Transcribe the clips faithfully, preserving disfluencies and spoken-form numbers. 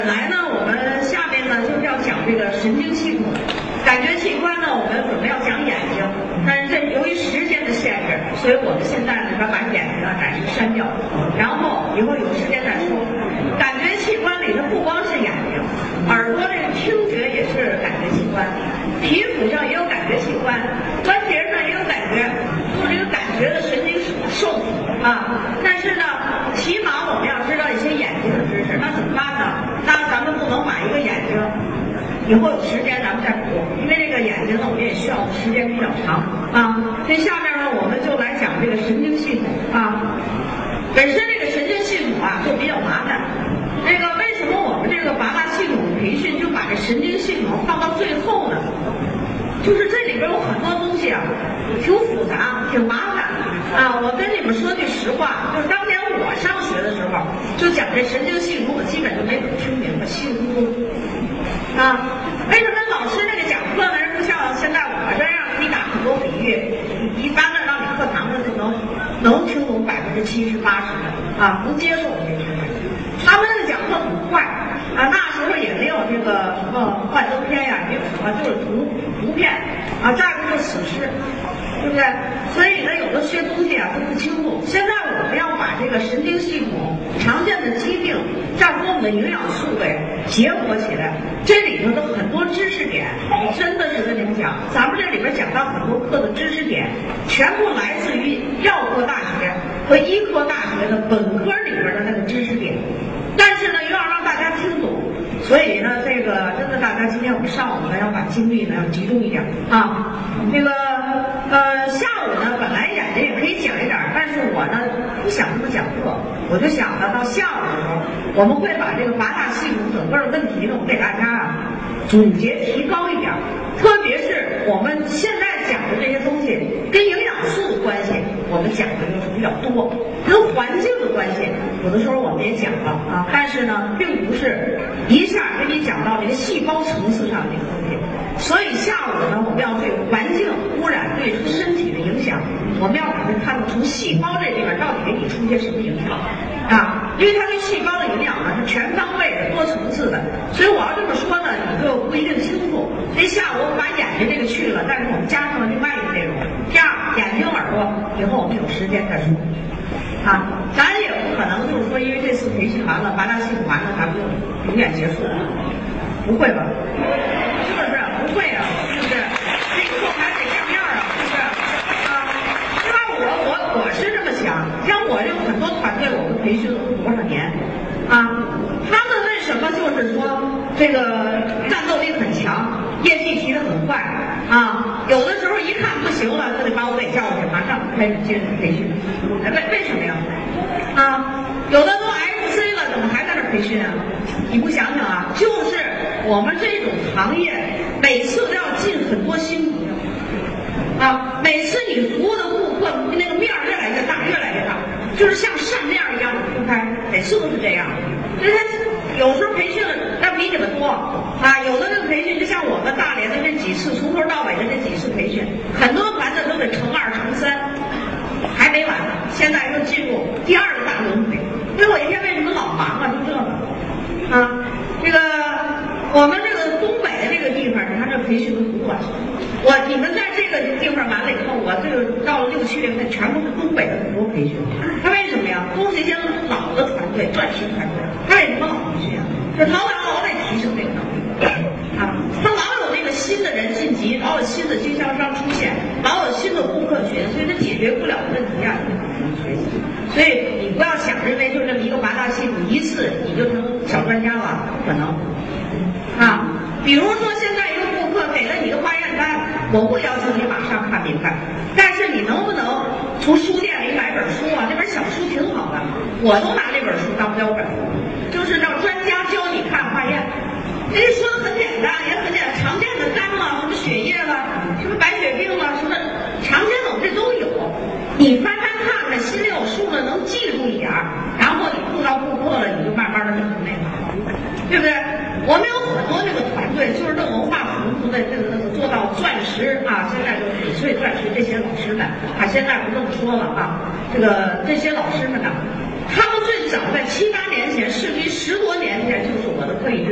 本来呢，我们下面呢就是要讲这个神经系统，感觉器官呢，我们准备要讲眼睛，但是这由于时间的限制，所以我们现在呢要把眼睛啊暂时删掉，然后以后有时间再说。感觉器官里头不光是眼睛，耳朵这个听觉也是感觉器官，皮肤上也有感觉器官，关节上也有感觉，都是这个感觉的神经受体啊。但是呢，起码我们要知道一些眼睛的知识，那怎么办呢？那咱们不能把一个眼睛，以后有时间咱们再补，因为这个眼睛呢，我们也需要的时间比较长啊。所以下面呢，我们就来讲这个神经系统啊。本身这个神经系统啊，就比较麻烦。这个为什么我们这个八大系统的培训就把这神经系统放到最后呢？就是这里边有很多东西啊，挺复杂，挺麻烦啊。我跟你们说句实话，就是当年我上学的时候，就讲这神经系统，我基本就没怎么听明白，稀里糊涂啊。为什么老师那个讲课呢，人不像现在我这样给你打很多比喻，一般的让你课堂上就能能听懂百分之七十八十的啊，能接受这些知识。他们那个讲课很快啊，那时候也没有这个什么幻灯片呀，没有什么，就是图图片啊，再不就是史诗，对不对？所以呢，有的些东西啊都不清楚。现在我们要把这个神经系统常见的疾病，再和我们的营养素给结合起来，这里头的很多知识点，我真的是跟你们讲，咱们这里边讲到很多课的知识点，全部来自于药科大学和医科大学的本科里边的那个知识点。但是呢，又要让大家听懂，所以呢，这个真的大家今天我们上午呢要把精力呢要集中一点啊。这个呃下午呢本来眼睛也可以讲一点，但是我呢不想这么讲课，我就想呢到下午的时候，我们会把这个八大系统整个的问题呢，我们给大家啊总结提高一点，特别是我们现在讲的这些东西跟营养素的关系，我们讲的就是比较多，跟环境的关系，有的时候我们也讲了啊，但是呢，并不是一下给你讲到这个细胞层次上的这个东西。所以下午呢，我们要对环境污染对身体的影响，我们要把它看到从细胞这地方到底给你出些什么影响啊？因为它对细胞的营养呢是全方位的、多层次的，所以我要这么说呢，你就不一定清楚。所以下午我们把眼睛这个去了，但是我们加上了另外一个内容，这样眼睛、耳朵，以后我们有时间再说。啊，咱也不可能就是说，因为这次培训完了，八大系统完了，咱们就永远结束了，不会吧？是不是？不会啊，是不是？这个课还得样样啊，是不是？啊，那我我我是这么想，像我这很多团队，我们培训了多少年啊？他们为什么就是说这个战斗力很强，业绩提得很快啊？有的时候一看不行了，就得把我给叫去，马上开始接着培训。哎，为为什么呀？啊，有的都 F C 了，怎么还在这培训啊？你不想想啊？就是我们这种行业，每次都要进很多新朋友啊，每次你服务的顾客那个面越来越大，越来越大，就是像扇面一样的铺开，每次都是这样。所以他有时候培训要比你们多啊，有的这个培训就像我们大连的这几次，从头到尾的这几次培训，很多团队都得乘二乘三，还没完呢。现在又进入第二个大轮回，所以我一天为什么老忙啊？就这个啊，这个我们这个东北的这个地方，你看这培训都不管。我你们在这个地方完了以后，我这个到了六七月份，全都是东北的很多培训。他为什么呀？都是一些老的团队、钻石团队。他为什么老培训啊？就老老老得提升这个能力啊！他老有那个新的人晋级，老有新的经销商出现，老有新的顾客群，所以他解决不了的问题啊，你不能学习。所以你不要想认为就这么一个八大系统，一次你就成小专家了，不可能啊！比如说现在一个顾客给了你一个化验单，我不要求你马上看明白，但是你能不能从书店里买本书啊？这本小书挺好的，我都拿这本书当标本，就是让专家教你看化验。人家说的很简单，也很简单，常见的肝了，什么血液了，什么白血病了，什么常见的我们这都有。你翻翻看看，心里有数了，能记住一点儿，然后你碰到顾客了，你就慢慢的就那个，对不对？我们有很多这个团队，就是这文化服务的这个做到钻石啊，现在就是翡翠钻石这些老师们啊，现在不这么说了啊，这个这些老师们呢，他们最早在七八年前，甚至于十多年前，就是我的课以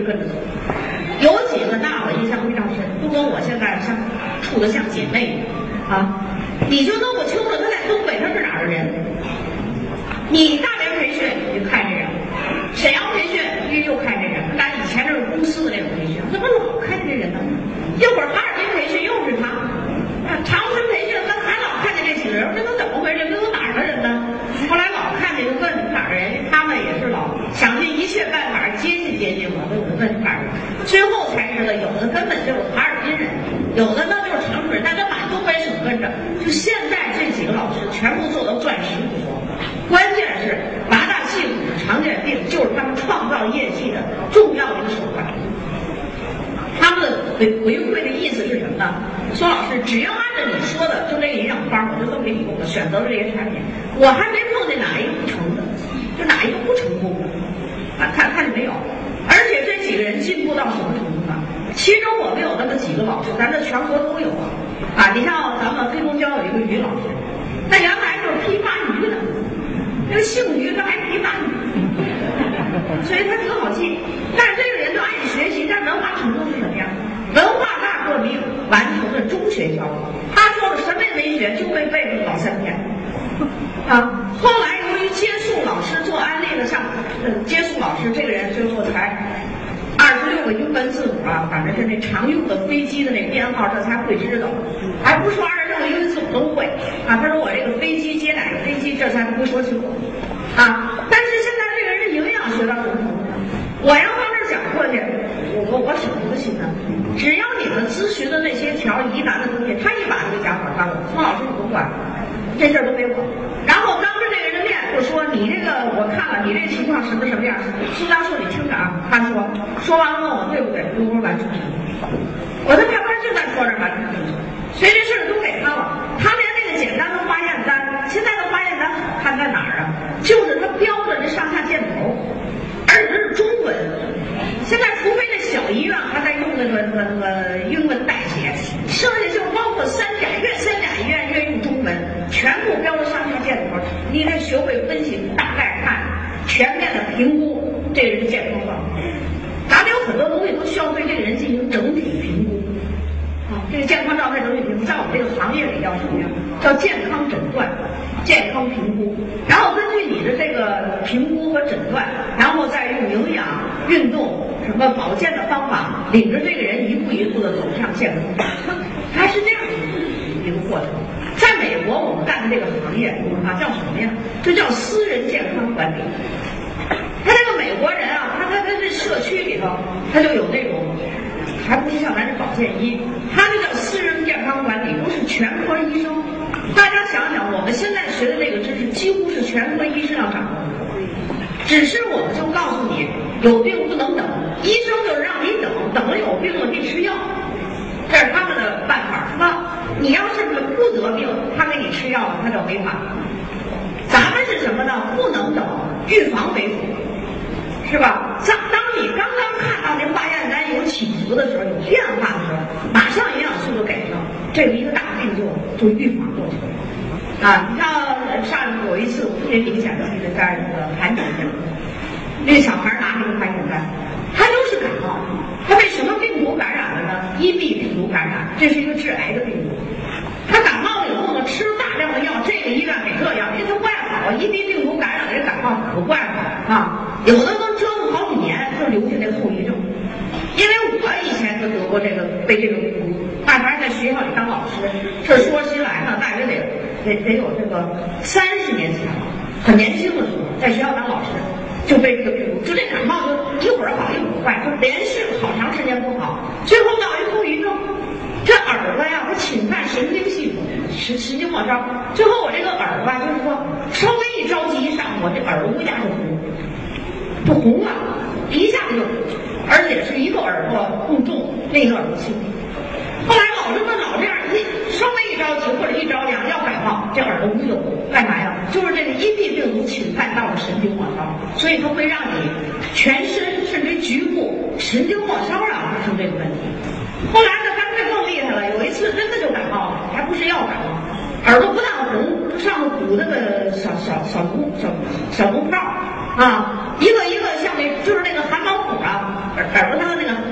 跟着走。有几个大我印象非常深，不光我现在像处的像姐妹啊，你就弄不清楚他在东北他是哪儿的人。你大连培训你就看这人，沈阳培训你又看这人，咱以前这是公司的那种培训，怎么老看这人呢？一会儿哈尔滨培训又是他，长春培训他还老看见这几个人，这都怎么回事？这都哪儿的人呢？后来老看见就问哪儿的人，他们也是老想尽一切办法接近接近我，问问哪儿人，最后才知道有的根本就是哈尔滨人，有的呢就是长春人，但他满东北省跟着。就现在这几个老师全部做到钻石不说，关键是八大气骨常见病就是他们创造业绩的重要的一个手段。他们的回回馈的意思是什么呢？说老师，只要按照你说的，就这个营养方，我就这么给你供了，选择了这些产品，我还没碰见哪一个不成的，就哪一个不成功的啊？看看见没有？而且这几个人进步到什么程度呢？其中我们有那么几个老师，咱这全国都有啊。啊，你像咱们黑龙江有一个于老师，那原来就是批发鱼的，那个姓于他还批发鱼，所以他挺好记。但是这个人就爱学习，但文化程度是什么样？文化大革命完成了中学教育，他说的什么也没学，就被背了老三天。啊，后来由于接触老师做安利的，像呃接触老师这个人最后才二十六个英文字母啊，反正是那常用的飞机的那个编号，这才会知道，还不是说二十六个英文字母都会啊。他说我这个飞机接哪个飞机，这才不会说清楚啊。但是现在这个人营养学到什么程度呢？我要往这讲课去，我我我省什么心呢？只要你们咨询的那些条疑难的东西，他一把这个讲法发给我，宋老师你甭管，这事儿都没我。然后当着这个人的面就说你这个我看了，你这情况什么什么样？苏教授你听着啊，他说说完了问我对不对？我说完全是。我的开班就在说这完全正确，所以这事儿都给他了。他连那个简单的化验单，现在的化验单好看在哪儿啊？就是他标的这上下箭头，而且是中文。现在除非那小医院还在用那个那个那个英文代写，剩下就包括三甲越三甲医院越用中文，全部标的上下箭头。你得学会分析，大概看，全面的评估这个人的健康状况。咱们有很多东西都需要对这个人进行整体评估。啊，这个健康状态整体评估，在我们这个行业里叫什么呀？叫健康诊断、健康评估。然后根据你的这个评估和诊断，然后再用营养、运动、什么保健的方法，领着这个人一步一步的走向健康。它是这样一个过程。在美国，我们干的这个行业啊，叫什么呀？这叫私人健康管理。他这个美国人啊，他他他这社区里头，他就有那种，还不是像咱这保健医，他这叫私人健康管理，都是全科医生。大家想想，我们现在学的这个知识，几乎是全科医生要掌握的。只是我们就告诉你，有病不能等，医生就是让你等，等了有病了你吃药，这是他们的办法，是吧？你要是不得病，他给你吃药了，他叫违法。咱们是什么呢？不能等，预防为主，是吧？当当你刚刚看到那化验单有起伏的时候，有变化的时候，马上营养素就给了，这个一个大病就就预防过去了。啊，你像上有一次特别明显的，就是在那个盘锦上，那个小孩拿那个化验单，他就是感冒，他被什么病毒感染了呢？伊壁病毒感染，这是一个致癌的病毒。他感冒了以后呢，吃了大量的药，这个医院给这样，因为他怪好，伊壁病毒感染的人感冒可怪好啊，有的都折腾好几年，就留下那后遗症。因为我以前就得过这个被这个病毒，大孩在学校里当老师，这说起来呢，大约得得得有这个三十年前了，很年轻的时候，在学校当老师就被这个病毒，就这感冒就一会儿好一会儿坏，就连续好长时间不好，最后闹一后遗症。这耳朵呀，它侵犯神经系统，神神经末梢。最后我这个耳吧，就是说稍微一着急一上火，这耳朵乌鸦就红，就红了，一下子就，而且是一个耳朵更重，另一个耳朵轻。后来老这么老这样，一稍微一着急或者一着凉要感冒，这耳朵乌就红，干嘛呀？就是这个伊壁病毒侵犯到了神经末梢，所以它会让你全身甚至局部神经末梢上发生这个问题。后来呢，干脆更厉害了，有一次真的就感冒了，还不是药感冒，耳朵不但红，上面鼓那个小小小毒小小毒泡啊，一个一个像那就是那个汗毛孔啊，耳耳朵它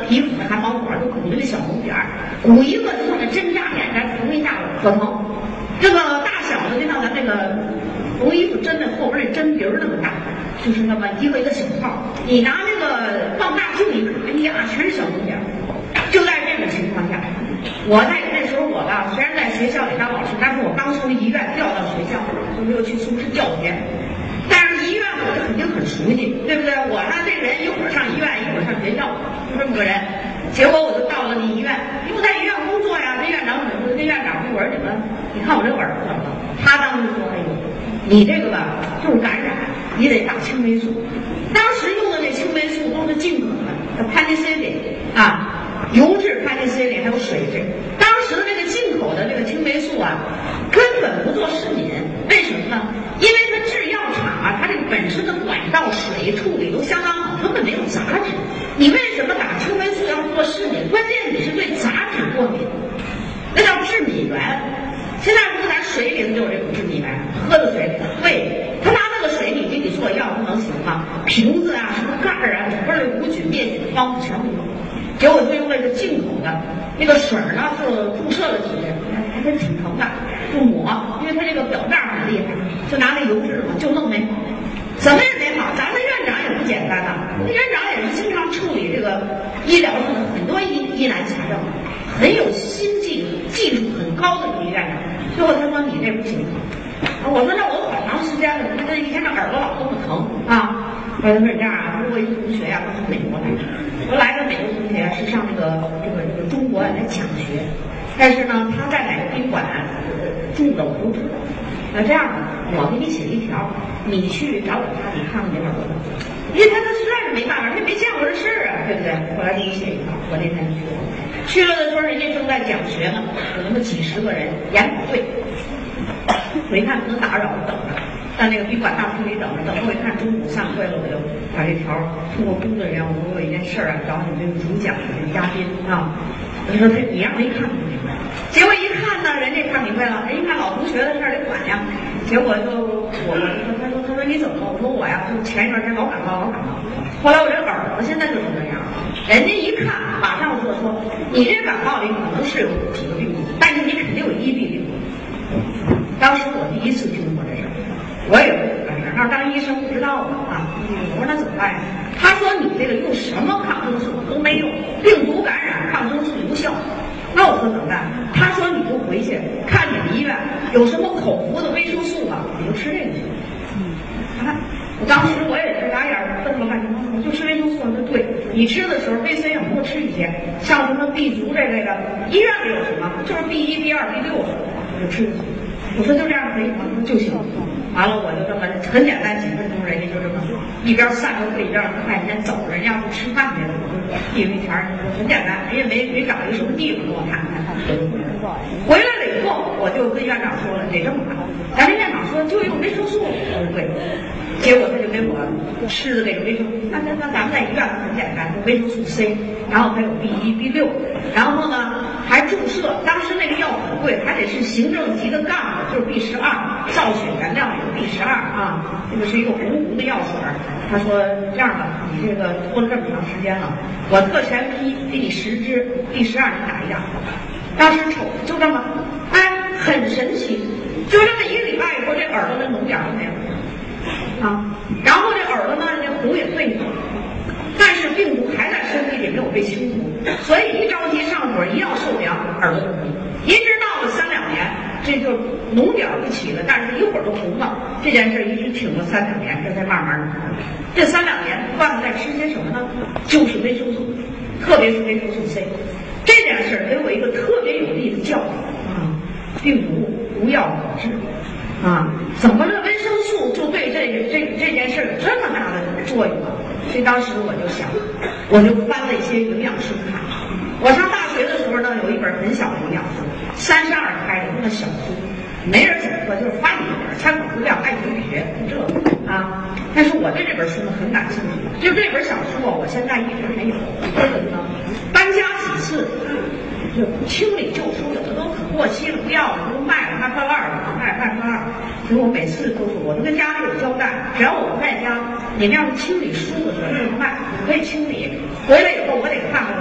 皮肤的汗毛管都鼓着那小红点儿，鼓一个就像那针扎眼袋，疼一下子可疼。这个大小的就像咱那个缝衣服针的后边那针鼻儿那么大，就是那么一个一个小泡。你拿那个放大镜一看，哎呀，全是小红点儿。就在这种情况下，我在那时候我吧，虽然在学校里当老师，但是我刚从医院调到学校，就没有去从事教研。但是医院我就肯定很熟悉，对不对？我呢这人一会儿上医院，一会儿上学校，就这么个人。结果我就到了那医院，因为在医院工作呀。这院长怎么说？这院长说：“我说你们，你看我这耳朵怎么了？”他当时说：“哎呦，你这个吧就是感染，你得打青霉素。”当时用的那青霉素都是进口的，潘尼西林啊，油质潘尼西林还有水质。当时的这个进口的这个青霉素啊，根本不做食品。为什么呢？因为它制药厂啊，它这个本身的管道水处理都相当好，根本没有杂质。你为什么打青霉素要做食品？关键你是对杂质过敏，那叫致敏源。现在不是咱水里头就有这种致敏源，喝的水里头。对，他拿那个水你给你做药不能行吗？瓶子啊，什么盖儿啊，整个的无菌灭菌的方法全部有。结果就用那个进口的那个水呢，就注射了几针，还真挺疼的，就抹，因为它这个表面很厉害，就拿那油脂嘛，就弄没好，怎么也没好。咱们院长也不简单呐，那院长也是经常处理这个医疗上的很多疑疑难杂症，很有心计，技术很高的一个院长。最后他说你这不行，我说那我好长时间了，那一天这耳朵老这么疼啊。我就说这样啊，我一个同学呀、啊，他从美国来，我来个美国同学是上那个这个这个中国来讲学，但是呢，他在哪个宾馆住的我都知道。那这样吧，我给你写一条，你去找我家里看看你耳朵，因为他他实在是没办法，他没见过这事儿啊，对不对？后来给你写一条，我那天就去了，去了的时候人家正在讲学呢，有那么几十个人研讨会，我一看不能打扰，等着。在那个宾馆大厅里等着，等着我一看中午散会了，我就把这条通过工作人员，我说我有一件事儿啊，找你这个主讲的这个嘉宾啊。我就说他你让他一看就明白，结果一看呢，人家看明白了，人一看老同学的事儿得管呀。结果就我我就说，他说他说你怎么了？我说我呀，就前一段时间老感冒，老感冒。后来我这耳朵现在就是这样，人家一看马上说说你这感冒里可能是有几个病毒，但是你肯定有一 B 病毒。当时我第一次听说这事儿。我也不懂这事，那当医生不知道啊。我说那怎么办呀？他说你这个用什么抗生素都没用，病毒感染抗生素无效。那我说怎么办？他说你就回去看你们医院有什么口服的维生素啊，你就吃这个去。啊，我当时我也是眨眼瞪了半天，我就吃维生素。他说对，你吃的时候 B C 要多吃一些，像什么 B 族这类的，医院里有什么就是 B 一、B 二、B 六，我就吃进去。我说就这样可以吗？他说就行。完了，我就这么很简单，几分钟，人家就这么一边散着会一边快先走，人家不吃饭去了，我就递了一条，很简单，人也没没找一个什么地方给我看看，回来了以后，我就跟院长说了，得这么办。咱这院长说就用维生素，我说对。结果他就给我吃的这个维生素，那那那咱们在医院很简单，维生素 C， 然后还有 B 一、B 六，然后呢还注射，当时那个药很贵，还得是行政级的杠的，就是 B 十二，造血原料有 B 十二啊，这个是一个红红的药水。他说这样吧，你这个拖了这么长时间了，我特权批给你十支 B 十二，你打一样。当时瞅就这么，哎，很神奇，就这么一个礼拜以后，这耳朵的脓点都没有。啊，然后这耳朵呢，这毒也退了，但是病毒还在身体里没有被清除，所以一着急上火，一要受凉，耳朵就红，一直到了三两年，这就脓点不起了，但是一会儿就红了。这件事一直挺了三两年，这才慢慢的。这三两年不断的在吃些什么呢？就是维生素，特别是维生素 C。这件事给我一个特别有力的教育啊，病毒不要保治。啊，怎么这维生素就对这个这这件事有这么大的作用啊？所以当时我就想，我就翻了一些营养书看。我上大学的时候呢，有一本很小的营养书，三十二开的那么小书，没人怎么说，就是翻一本，参考书量爱同学这个啊。但是我对这本书呢很感兴趣，就这本小书啊，我现在一直还有。为什么呢？搬家几次。就清理旧书，有的都很过期了，不要了，都卖了，卖破烂了，卖卖破烂。所以我每次都是，我都跟家里有交代，只要我不在家，你们要是清理书的时候就卖，你可以清理。回来以后我得看看我没有把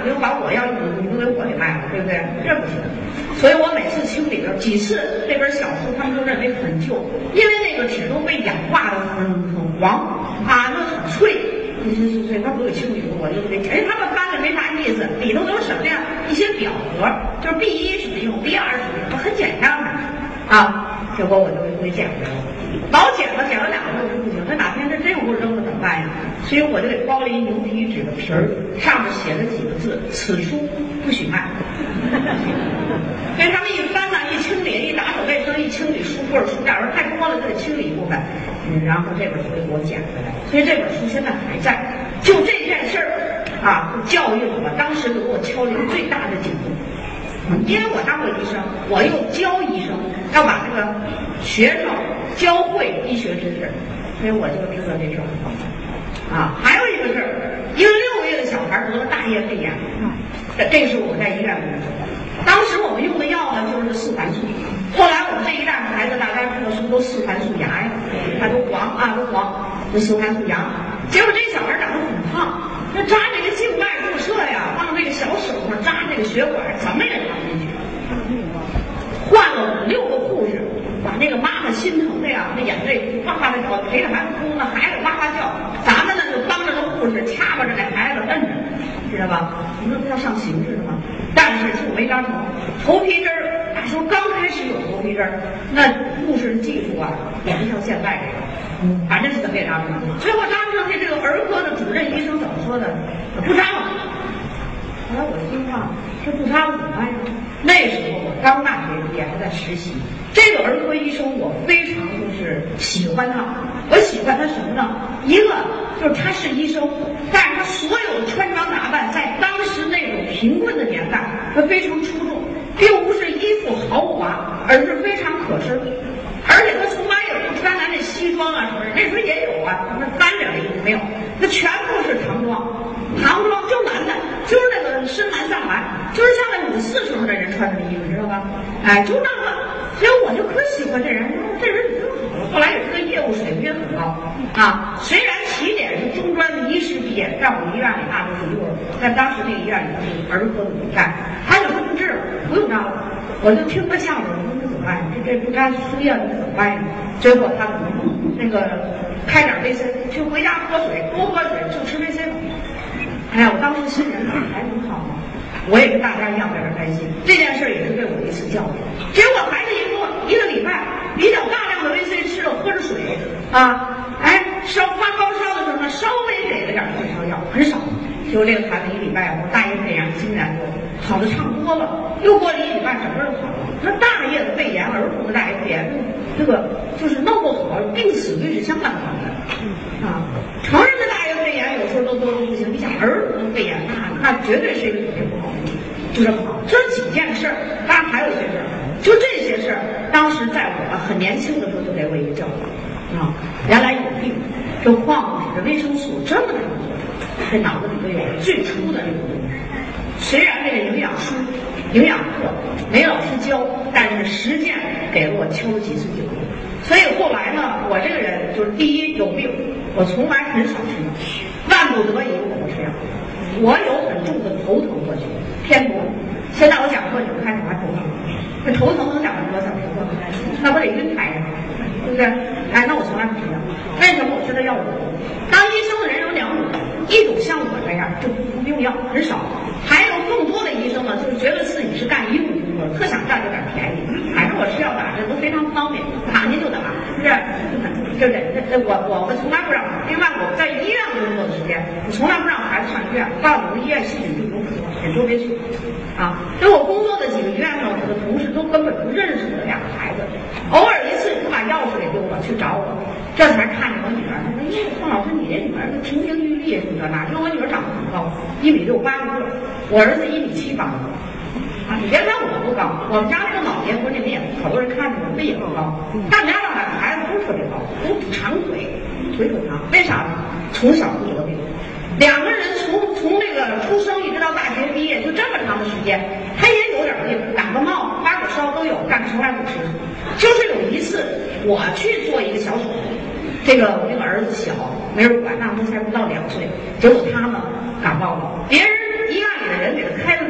我要你你都给我给卖了，对不对？这不行。所以我每次清理的几次那本小书，他们都认为很旧，因为那个纸都被氧化的很很黄啊，那很脆。对对对，他们都给清理过，我就给。哎，他们翻的没啥意思，里头都是什么呀？一些表格，就是 B 一什么用 ，B 二什么用，很简单的啊。结果我就给捡回来了，老捡了，捡了两个月，我说不行，这哪天这真有给我扔了怎么办呀？所以我就给包了一牛皮纸的皮儿，上面写了几个字：此书不许卖。所以他们一翻呢，一清理，一打扫卫生，一清理书或者书架，说太多了就得清理一部分。嗯，然后这本书就给我捡回来，所以这本书现在还在。就这件事儿啊，教育了我，当时给我敲了一个最大的警钟。因为我当过医生，我又教医生，要把这个学生教会医学知识，所以我就知道这事儿很重要啊。还有一个事儿，一个六个月的小孩得了大叶肺炎，这这是我在医院里面做的。当时我们用的药呢就是四环素，后来我们这一代孩子大家知道是不是都四环素牙呀？他都黄啊，都黄，就四环素牙。结果这小孩长得很胖，那扎这个静脉注射呀，往这个小手上扎这个血管，怎么也扎不进去。换了五六个护士，把那个妈妈心疼的呀，那眼泪哇哇的掉，陪着孩子哭，那孩子哇哇叫，咱们呢就帮着那护士掐巴着那孩子摁着，知道吧？你说他要上刑似的吗？但是就没扎成。头皮针儿，那时候刚开始有头皮针儿，那护士的技术啊，也不像现在这个。嗯，反正是怎么也扎不上去。最后扎不上去，这个儿科的主任医生怎么说的？不扎了。后来我听话，这不扎了怎么办呀？那时候我刚大学毕业，还在实习。这个儿科医生我非常就是喜欢他，我喜欢他什么呢？一个就是他是医生，但是他所有的穿着打扮，在当时那种贫困的年代，他非常出众，并不是衣服豪华，而是非常可身。而且他从来也不穿咱那西装啊什么的，那时候也有啊，那单点的衣服没有，那全部是唐装，唐装就男的，就是那个深蓝藏蓝，就是像那五四时候的人穿的衣服，知道吧？哎，就那个，所以我就可喜欢这人，这人挺好的。后来也是个业务水平也很高啊，虽然起点是中专的医师毕业，在我们医院里大多是幼儿，在当时那个医院里头是儿科的主干，他就说不治了，不用扎了。我就听他相声，我说这怎么办？这这不扎输液，这怎么办呀？最后他怎么那个开点维 C， 去回家喝水，多喝水，就吃维 C 吧。哎呀，我当时心里想，孩子好吗？我也跟大家一样在这担心。这件事也是对我一次教育。结果孩子一个一个礼拜比较大量的维 C 吃了，喝着水啊，哎，烧发高烧的时候呢，稍微给了点退烧药，很少。就这个孩子一礼拜，我大叶肺炎竟然就好的差不多了，又过了一礼拜，整个就好了。那大叶的肺炎，儿童的大叶肺炎，这个就是弄不好，病死率是相当高的啊。成人的大叶肺炎有时候都都不行，你想儿童的肺炎，那那绝对是一个特别不好的，就这么好。这几件事儿，当然还有一些事儿，就这些事儿，当时在我很年轻的时候就给我一个教育啊，原来有病，这矿物质、维生素这么大的。这脑子里头有最初的这个东西，虽然这个营养书、营养课没老师教，但是实践给了我敲了几次警钟。所以后来呢，我这个人就是第一有病，我从来很少吃药，万不得已我不吃药。我有很重的头疼过去，偏头。现在我讲课你们看什么头疼？这头疼能讲很多小时吗？那不得晕台呀，对不对？哎，那我从来不吃药。为什么我吃的药多？当医生的人有两种。一种像我这样就不不用药，很少；还有更多的医生呢，就是觉得自己是干医务工作，特想占这点便宜。反正我吃药打针都非常方便，打您就打，是不是？对不对？那我我们从来不让。另外，我在医院工作的时间，我从来不让孩子上医院。我告诉你们，医院细菌病毒很多，也都别去啊。因为我工作的几个医院呢，我的同事都根本不认识我两个孩子，偶尔一次就把钥匙给丢了，去找我，这才看见我女儿。他说：“咦，宋老师，你这女儿就亭亭玉立。”哪知道我女儿长得很高，一米六八个，我儿子一米七八个。啊，你别看我不高，我们家这个老爷不是你们也好多人看着我们也不高，但我们家两个孩子都特别高，都长腿，腿腿长。为啥呢？从小不得病，两个人从从那个出生一直到大学毕业，就这么长的时间，他也有点病，感个冒、发个烧都有，但是从来不吃。就是有一次我去做一个小手术。这个我那个儿子小，没人管，那时候才不到两岁，结果他呢感冒了，别人医院里的人给他开了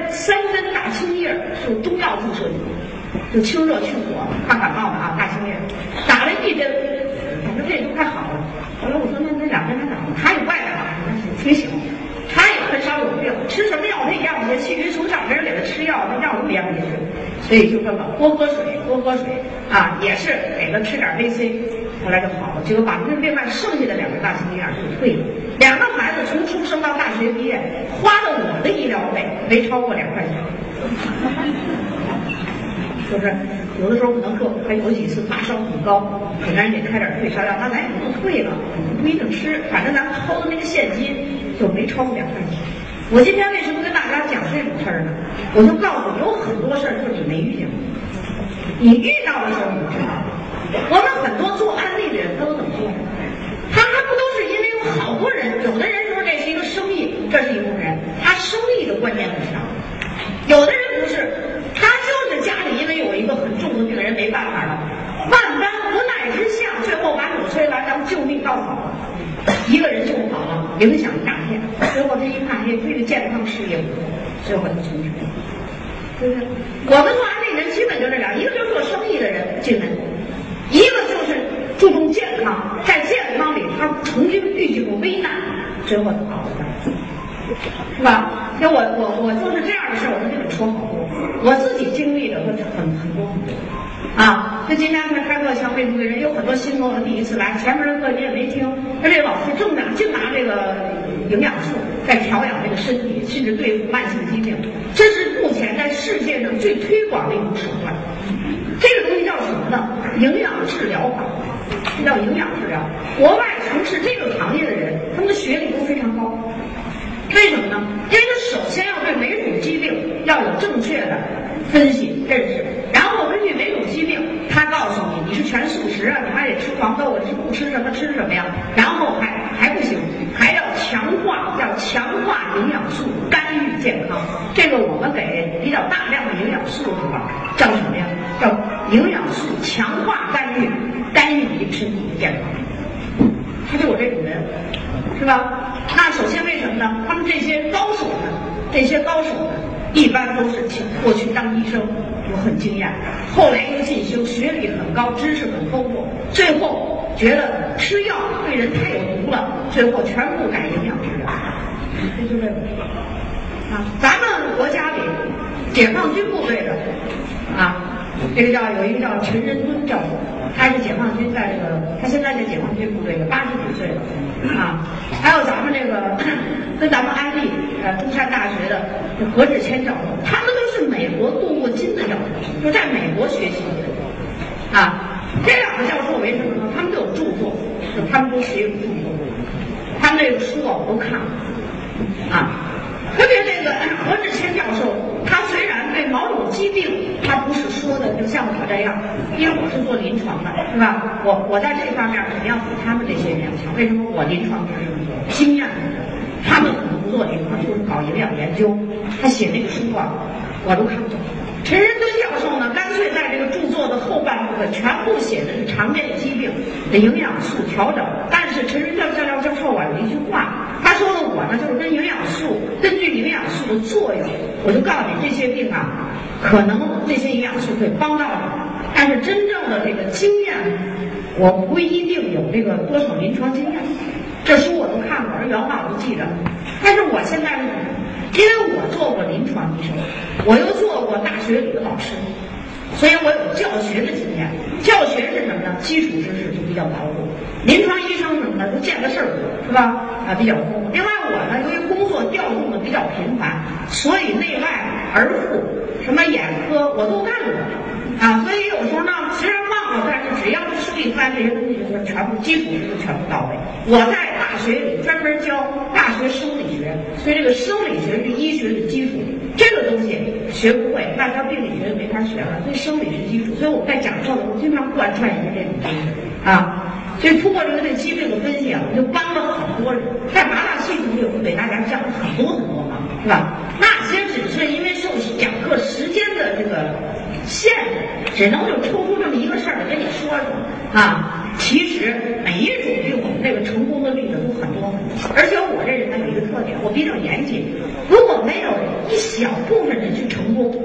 就中药注射剂，就清热去火、抗感冒的啊，大青叶，打了一针，反正这也就快好了。后来我说那那两针还打吗？他也怪啊，那是挺行。他也很少有病，吃什么药他一样，气晕手上没人给他吃药，那药都别让他吃，所以就这么多喝水，多喝水啊，也是给他吃点维 C， 后来就好了。结果把那另外剩下的两个大青眼就退了。两个孩子从出生到大学毕业，花了我的医疗费没超过两块钱，就是有的时候可能个还有几次发烧很高，可能人得开点退烧药，那咱也不能退了，不一定吃，反正咱掏的那个现金就没超过两块钱。我今天为什么跟大家讲这种事儿呢？我就告诉你，有很多事儿就是你没遇见过，你遇到的时候你知道。我们很多做安利的人他都怎么做？他还不都是因为有好多人，有的人说这是一个生意，这是一部分人，他生意的观念很强；有的人不是，他就是家里因为有一个很重的病人没办法了，万般无奈之下，最后把纽崔莱当救命稻草了，一个人救好了，影响一大片。最后他一看，哎，这个健康事业不错，最后就从事了，对不对？我们做安利人基本就这俩，一个就是做生意的人进门，一个就是注重健康，在健康里他曾经遇见过危难，最后就好了，是吧？那我我我就是这样的事儿，我跟你们说好多，我自己经历的很很很多很多啊。那今天他开课强为助人，有很多新朋友第一次来，前面的课你也没听，他这老师正拿净拿这个营养素在调养这个身体，甚至对付慢性疾病，这是目前在世界上最推广的一种手段。这个东西叫什么呢？营养治疗法，这叫营养治疗。国外从事这个行业的人，他们的学历都非常高。为什么呢？因为他首先要对每种疾病要有正确的分析认识，然后根据每种疾病，他告诉你你是全素食啊，你还得吃黄豆，你是不吃什么吃什么呀？然后还还不行，还要强化，要强化营养素，干预健康。这个我们给比较大量的营养素的话，叫什么呀？叫营养素强化干预，干预你身体的健康。他就有这种人，是吧？那首先为什么呢？他们这些高手呢，这些高手呢，一般都是过去当医生有很经验，后来又进修，学历很高，知识很丰富，最后觉得吃药对人太有毒了，最后全部改营养治疗。这就这个啊，咱们国家里解放军部队的啊。这个叫有一个叫陈仁敦教授，他是解放军在这个，他现在在解放军部队有八十几岁了啊。还有咱们这个跟咱们安利呃中山大学的何志谦教授，他们都是美国镀过金的教授，就在美国学习的啊。这两个教授为什么呢？他们都有著作，就他们都写有著作，他们这个书啊我都看了啊。特别这个何志谦教授，他虽然对某种疾病，他不是说的就像我这样，因为我是做临床的，是吧？我我在这方面肯定要比他们这些人强。为什么？我临床知识经验，他们可能不做临床，就是搞营养研究。他写这个书啊，我都看不懂。陈仁敦教授呢，干脆在这个著作的后半部分全部写的是常见的疾病的营养素调整。但是陈仁敦教授啊有一句话，他说的我呢就是跟营养素，根据营养素的作用，我就告诉你这些病啊，可能这些营养素会帮到你，但是真正的这个经验，我不一定有这个多少临床经验。这书我都看过，原话我都记着。但是我现在是什么？因为我做过临床医生，我又做过大学里的老师，所以我有教学的经验。教学是什么呢？基础知识就比较牢固。临床医生什么呢？就见的事儿多，是吧？啊，比较多。另外我呢，由于工作调动的比较频繁，所以内外儿护、什么眼科我都干过啊。所以有时候呢，虽然忘了，但是只要是书里翻这些东西，就是全部基础知识全部到位。我在大学里专门教大学生理学，所以这个生理学是医学的基础。这个东西学不会，那他病理学就没法学了。所以生理是基础，所以我在讲课的时候经常贯穿一些这种知识啊。所以通过这个对疾病的分析啊，我就帮了很多人。在麻辣系统里，我给大家讲了很多很多忙，是吧？那些只是因为受讲课时间的这个限制，只能就抽出这么一个事儿跟你说说啊。其实每一种病，我们这个成功的例子都很多很多。而且我这人呢有一个特点，我比较严谨。如果没有一小部分人去成功，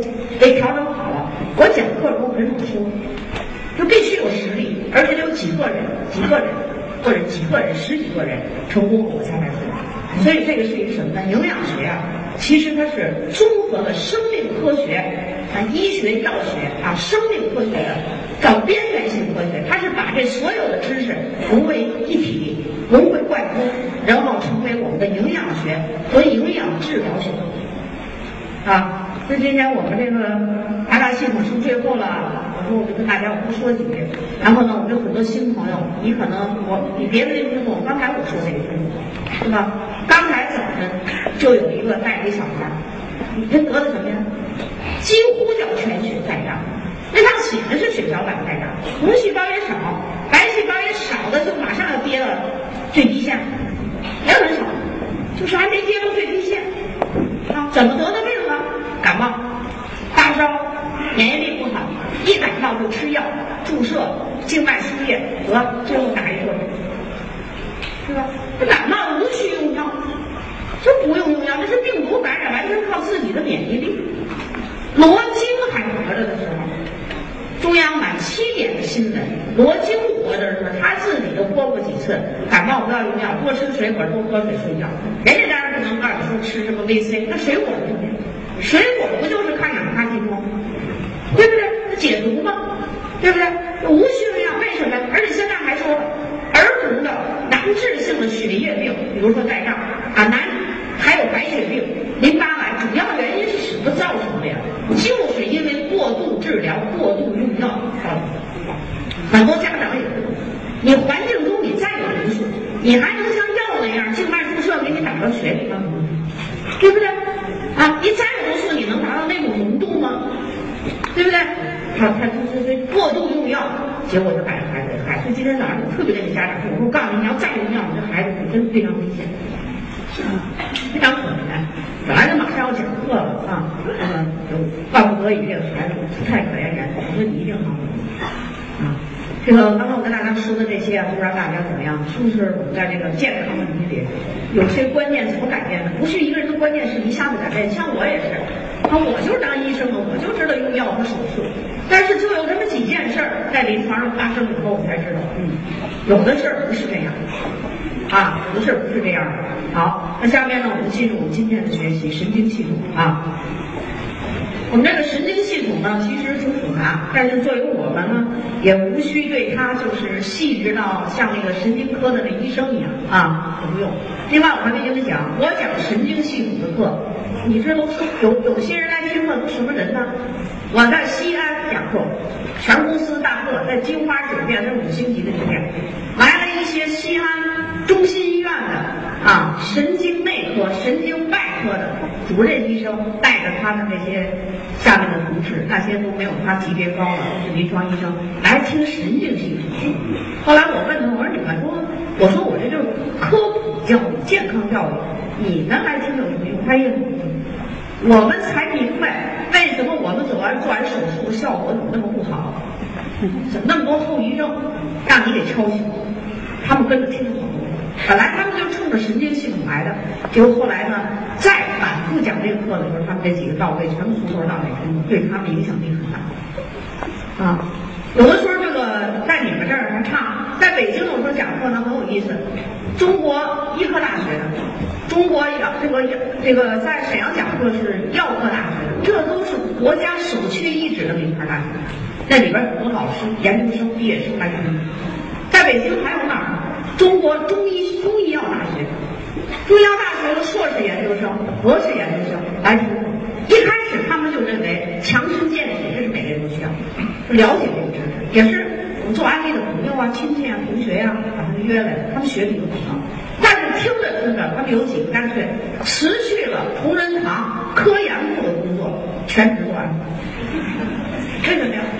给调整好了，我讲课时候很少说，就必须有实力，而且得有几个人、几个人或者几个人、十几个人成功我才来说。所以这个是一个什么呢？营养学啊，其实它是综合了生命科学啊、医学、药学啊、生命科学的叫边缘性科学，它是把这所有的知识融为一体、融会贯通，然后成为我们的营养学和营养治疗学啊。所以今天我们这个八大系统是最后了，我说我就跟大家我多说几句。然后呢，我们有很多新朋友，你可能我你别的那听懂，刚才我说那个听懂，是吧？刚才早晨就有一个带着一小孩，你看得的什么呀？几乎叫全血带障。那上写的是血小板带障，红细胞也少，白细胞也少的，就马上要跌到最低线，也很少，就是还没跌到最低线啊！怎么得的病啊？感冒、发烧、免疫力不好，一感冒就吃药、注射、静脉输液，得最后打一个，是吧？这感冒无需用药，这不用用药，这是病毒感染，完全靠自己的免疫力。罗京还活着的时候，中央版七点的新闻，罗京活着的时候，他自己都播过几次，感冒不要用药，多吃水果，多喝水，睡觉。人家当然不能告诉说吃什么维 C， 那水果对不对？水果不就是抗氧化剂吗？对不对？解毒吗？对不对？无需用药，为什么？而且现在还说了，儿童的难治性的血液病，比如说带障啊，难还有白血病、淋巴癌，主要原因是什么造成的呀？就是因为过度治疗、过度用药造成的。很多家长也不懂，你环境中你再有因素，你还能像药那样静脉注射给你打到血里吗？对不对？啊，你再有毒素，你能达到那种浓度吗？对不对？他他这这过度用药，结果就把孩子给害。所以今天早上特别跟你家长说，我说我告诉你，你要再用药，你这孩子是真非常危险，非常可怜。本来就马上要讲课了啊，那么就万不得已，这个孩子不太可怜人，我说你一定好啊。这个刚刚我跟大家说的这些啊，不知道大家怎么样？是不是我们在这个健康问题里有些观念怎么改变的？不是一个人的观念是一下子改变，像我也是，啊，我就是当医生的，我就知道用药和手术，但是就有这么几件事儿在临床上发生以后，我才知道，嗯，有的事儿不是这样，啊，有的事儿不是这样的。好，那下面呢，我们进入我们今天的学习神经系统啊。我们这个神经系统呢，其实挺复杂，但是作为我们呢，也无需对它就是细致到像那个神经科的那医生一样啊，也不用。另外，我还跟你们讲，我讲神经系统的课，你知道有有些人来听了都什么人呢？我在西安讲课，全公司大课，在金花酒店，那五星级的酒店，来了一些西安中心医院的啊神经内科、神经外科的主任医生，带着他的这些下面的同事，那些都没有他级别高的，都是临床医生来听神经系统。后来我问他，我说你们说，我说我这就是科普教育、健康教育，你们来听有什么用？他也很用。我们才明白为什么我们走完做完手术的效果怎么那么不好，怎么那么多后遗症，让你给敲醒。他们跟着听好多，本来他们就冲着神经系统来的，结果后来呢，再反复讲这个课的时候，他们这几个到位，全部从头到尾听，对他们影响力很大。啊，有的时候这个在你们这儿还差，在北京有时候讲课呢很有意思。中国医科大学的，中国药这个这个在沈阳讲课是药科大学的，这都是国家首屈一指的名牌大学，那里边很多老师、研究生、毕业生来听。在北京还有哪儿？中国中医中医药大学，中医药大学的硕士研究生、博士研究生来听。一开始他们就认为强身健体，这是每个人都需要，了解这个知识，也是我们做安利的朋友啊、亲戚啊、同学呀、啊，把他们约来的，他们学历都很高。但是听着听着，他们有几个干脆辞去了同仁堂科研部的工作，全职做安利。为什么呀？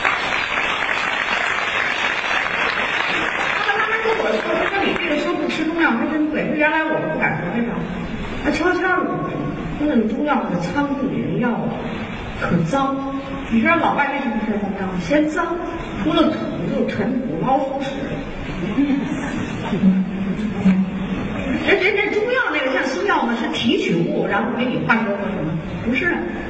我说说你这个说不吃中药还真对，原来我不敢说，为啥？他悄悄的说，说那个中药的仓库里的药可脏，你知道老外为什么吃中药？嫌脏，除了土就尘土、老鼠屎。人人家中药那个像西药呢，是提取物，然后给你化学合成，不是，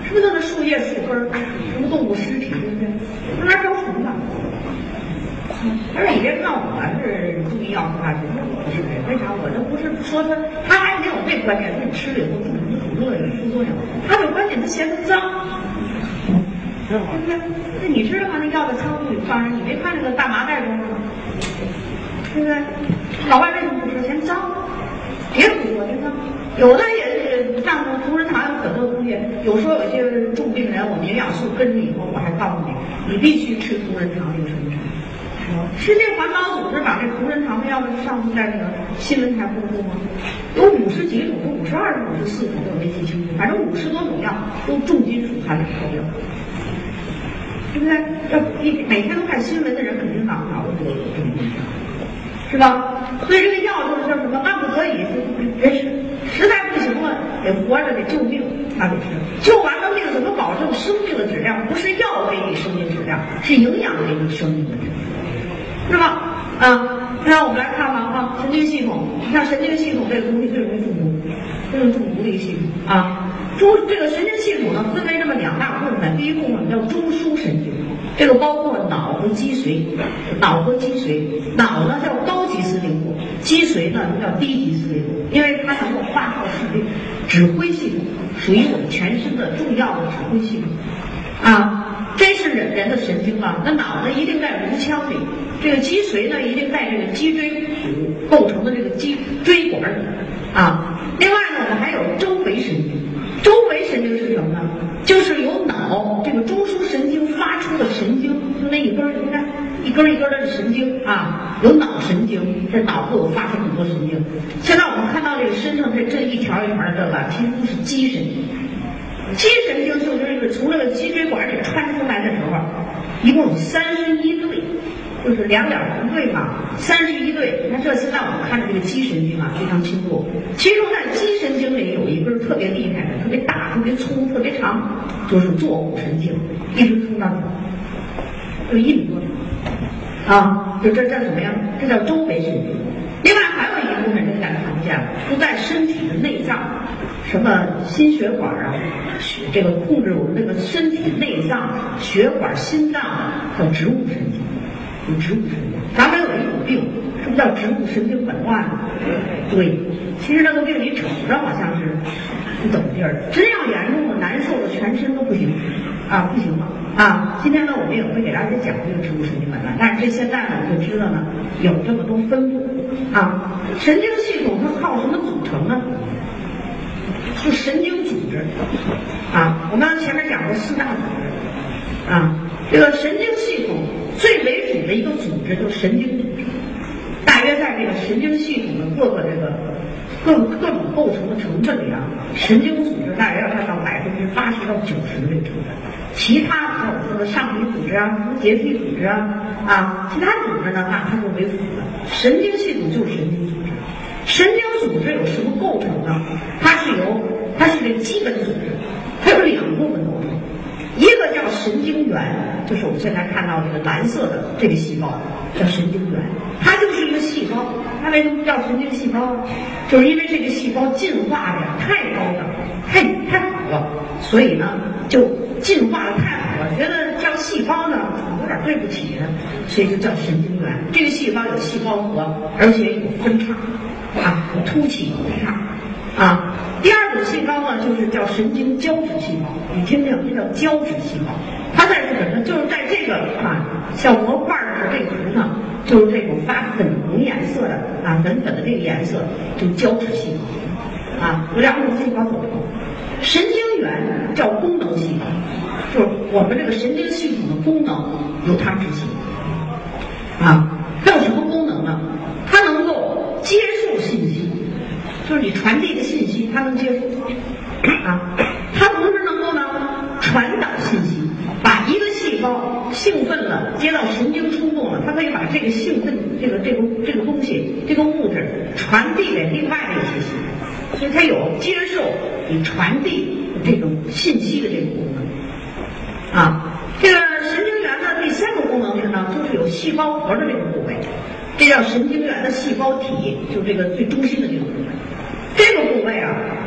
是不是那树叶树根儿，什么动物尸体，对不对？那那招虫子。而且你别看我是中医药大学，那不是为啥？我这不是说他，他还没有这观点，说你吃了以后对你的主热有副作用。他这观点他嫌它脏，对不对？那你知道吗？那药在仓库里放着，你没看那个大麻袋装着吗？对不对？老外为什么不说嫌脏？别胡说，真的。有的也是像同仁堂有很多东西，有时候有些重病人，我们营养素跟着以后，我还告诉你，你必须吃同仁堂这个什么什么。世界环保组织把这同仁堂的药上次在那个新闻台公布吗？有五十几种，有五十二种、五十四种，我没记清楚，反正五十多种药都重金属含量超标，对不对？要一每天都看新闻的人，肯定脑脑子里有这么印象，是吧？所以这个药就是叫什么？万不得已别吃，实在不行了，得活着得救命，那得吃。救完了命，怎么保证生命的质量？不是药给你生命质量，是营养给你生命的质量。是吧？啊，那我们来看吧啊，神经系统，你看神经系统这个东西最容易中毒，最容易中毒的一个系统啊。中这个神经系统呢，分为这么两大部分，第一部分叫中枢神经，这个包括脑和脊髓，脑和脊髓，脑呢叫高级司令部，脊髓呢叫低级司令部，因为它能够发号施令，指挥系统，属于我们全身的重要的指挥系统啊。这是人人的神经啊，那脑呢一定在颅腔里，这个脊髓呢一定在这个脊椎骨构成的这个脊椎管里啊。另外呢，我们还有周围神经，周围神经是什么呢？就是由脑这个中枢神经发出的神经，就那一根儿，你看一根一根的神经啊，有脑神经，在脑部有发生很多神经。现在我们看到这个身上这这一条一条的这个，其实都是肌神经。肌神经就是这个从这个脊椎管里穿出来的时候，一共有三十一对，就是两点不对嘛，三十一对。你看这现在我们看的这个肌神经啊，非常清楚。其中在肌神经里有一根特别厉害的、特别大、特别粗、特别长，就是坐骨神经，一直通到脚，有一米多啊。就这这什么呀？这叫周围神经。另外还有一部分人家看不见了，都在身体的内脏。什么心血管啊，血这个控制我们这个身体内脏血管、心脏叫植物神经，有植物神经。咱们有一种病，什么叫植物神经紊乱？对，其实那个病你瞅着好像是不怎么地儿，真要严重的、难受的，全身都不行啊，不行了啊！今天呢，我们也会给大家讲这个植物神经紊乱，但是这现在呢，我们就知道呢，有这么多分布啊。神经系统它靠什么组成呢？就神经组织啊，我们前面讲过四大组织啊，这个神经系统最为主的一个组织就是神经组织，大约在这个神经系统的各个这个各各种构成的成分里啊，神经组织大约要占到百分之八十到九十的这个成分，其他的我说的上皮组织啊、什么结缔组织啊啊，其他组织呢，那它就为辅的，神经系统就是神经组织。神经组织有什么构成呢？它是由它是这个基本组织，它有两部分构成，一个叫神经元，就是我们现在看到这个蓝色的这个细胞叫神经元，它就是一个细胞。它为什么叫神经细胞呢？就是因为这个细胞进化的太高了，太太好了，所以呢就进化的太好了，觉得叫细胞呢有点对不起人，所以就叫神经元。这个细胞有细胞核，而且有分叉啊，有凸起有分叉啊。第二种细胞呢，就是叫神经胶质细胞，你听听，这叫胶质细胞。它在什么呢？就是在这个啊，像模块的这个图上，就是这种发粉红颜色的啊，粉粉的这个颜色，就是胶质细胞啊。有两种细胞组成，神经元叫功能细胞，就是我们这个神经系统的功能由它执行啊。它有什么功能呢？它能够接受信息，就是你传递的信息，它能接受啊。它同时能够呢传导信息，把一个细胞兴奋了，接到神经冲动了，它可以把这个兴奋这个这个这个东西这个物质传递给另外的一些细胞，所以它有接受与传递这种信息的这个功能啊。这个神经元的第三个功能是呢，就是有细胞核的这个部位，这叫神经元的细胞体，就这个最中心的这个部位。这个部位啊，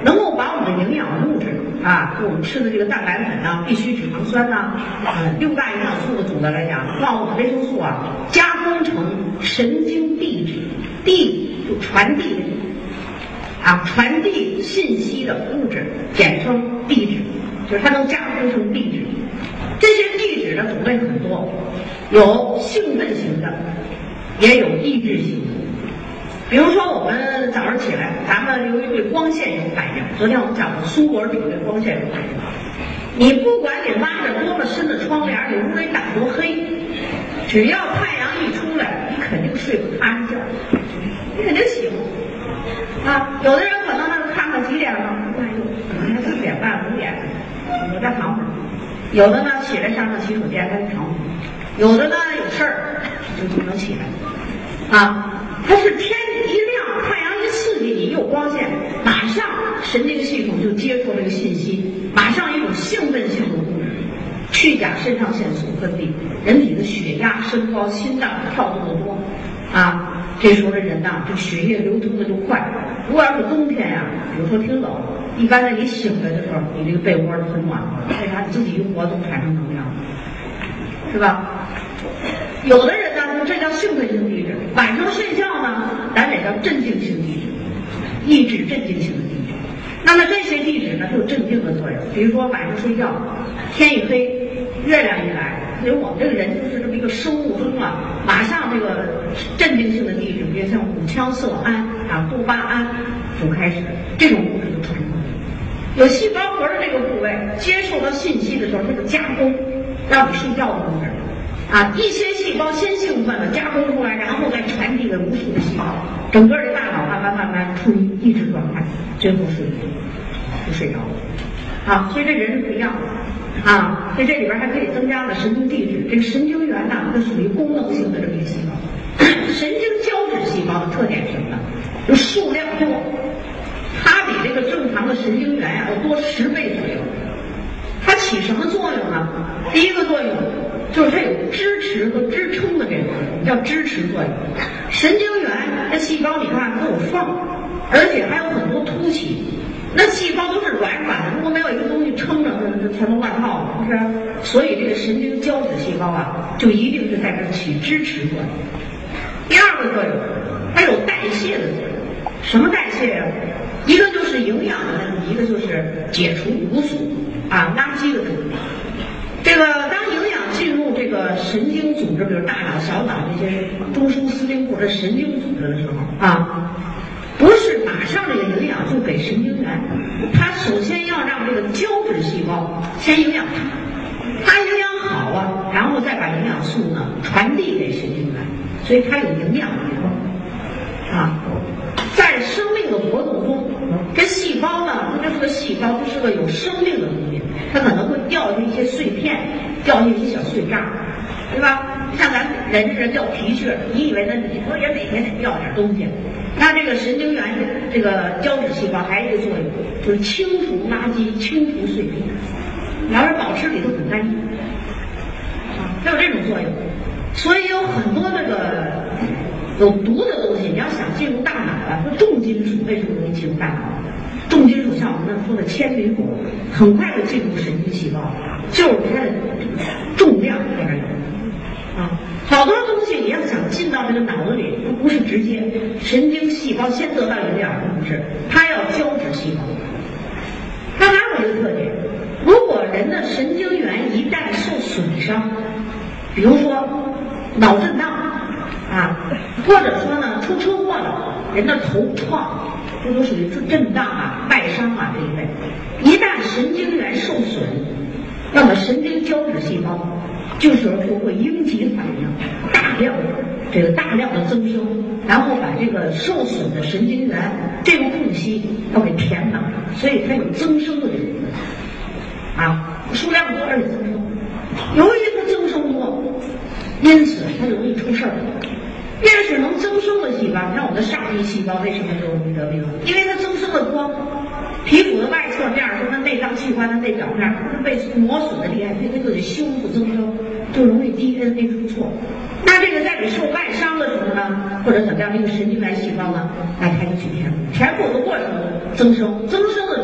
能够把我们的营养物质啊，就我们吃的这个蛋白粉呐、必需脂肪酸呐、呃六大营养素的总的来讲，矿物质、维生素啊，加工成神经递质，递就传递的递啊，传递信息的物质，简称递质，就是它能加工成递质。这些递质的种类很多，有兴奋型的，也有抑制型的。比如说，我们早上起来，咱们由于对光线有反应，昨天我们讲的苏果体对光线有反应。你不管你拉着多么深的窗帘，你屋里打多黑，只要太阳一出来，你肯定睡不踏实觉，你肯定醒。啊，有的人可能呢看看几点了，哎呦，可能才四点半五点，我再躺会儿。有的呢起来上上洗手间，再躺会儿。有的呢有事儿就不能起来。啊。它是天一亮，太阳一刺激你，有光线，马上神经系统就接触这个信息，马上一种兴奋性的物质，去甲肾上腺素分泌，人体的血压升高，心脏跳动的多，啊，这时候的人呐，这血液流通的就快。如果要是冬天呀、啊，比如说挺冷，一般在你醒来的时候，你这个被窝很暖和，为啥？你自己一活动产生能量，是吧？有的人呢，这叫兴奋性递质；晚上睡觉呢，咱得叫镇静性递质，抑制镇静性的递质。那么这些递质呢，就有镇静的作用。比如说晚上睡觉，天一黑，月亮一来，因为我们这个人就是这么一个生物钟啊，马上这个镇静性的递质，比如像五羟色胺啊、多巴胺就开始，这种物质就产生了。有细胞核的这个部位接受到信息的时候，它就加工，让你睡觉的物质。啊，一些细胞先兴奋了，加工出来，然后再传递给无数的细胞，整个的大脑慢慢慢慢处于抑制状态，最后睡就睡着了。啊，所以这人是不一样的。啊，在这里边还可以增加了神经递质，这个神经元呢，它属于功能性的这么一个细胞。神经胶质细胞的特点是什么呢？就数量多，它比这个正常的神经元呀、啊、要多十倍左右。它起什么作用呢？第一个作用就是它有支持和支撑的这个作用，叫支持作用。神经元这细胞你看它有缝，而且还有很多凸起。那细胞都是软软的，如果没有一个东西撑着，它全都乱套了，是不是？所以这个神经胶质细胞啊，就一定是在这起支持作用。第二个作用，它有代谢的作用。什么代谢呀、啊？一个就是营养的问题，一个就是解除毒素啊垃圾的问题。这个当营养进入这个神经组织，比如大脑、小脑这些中枢司令部的神经组织的时候啊，不是马上这个营养就给神经元，它首先要让这个胶质细胞先营养它，它营养好啊，然后再把营养素呢传递给神经元，所以它有营养的功能啊。在生命的活动中，这细胞呢，它就是个细胞，它是个有生命的东西，它可能会掉下一些碎片，掉下一些小碎渣，对吧？像咱人这人掉皮屑，你以为呢？你说也每天得掉点东西。那这个神经元这个胶质细胞还有一个作用，就是清除垃圾、清除碎片，然而保持里头很干净，啊，它有这种作用。所以有很多这个有毒的东西，你要想进入大脑啊，说重金属为什么容易进入大脑？重金属像我们那说的铅铝汞，很快就进入神经细胞，就是它的重量在这有啊。好多东西你要想进到这个脑子里，它不是直接神经细胞先得到营养物质，它要胶质细胞。它还有一个特点，如果人的神经元一旦受损伤，比如说脑震荡啊，或者说呢出车祸了，人的头创，这都属于震荡啊、外伤啊这一类。一旦神经元受损，那么神经胶质细胞这时候就会应急反应，大量这个大量的增生，然后把这个受损的神经元这个空隙要给填满，所以它有增生的这种啊，数量多而且增生。由于它增生多，因此它就容易出事儿。越是能增生的细胞，你看我们的上皮细胞为什么就容易得病？因为它增生的多。皮肤的外侧面是它内脏器官的内表面，它被磨损的厉害，所以它就得修复增生，就容易 D N A 出错。那这个在你受外伤的时候呢，或者怎么样，这个神经元细胞呢，哎，它就去填补，填补的过程中增生，增生的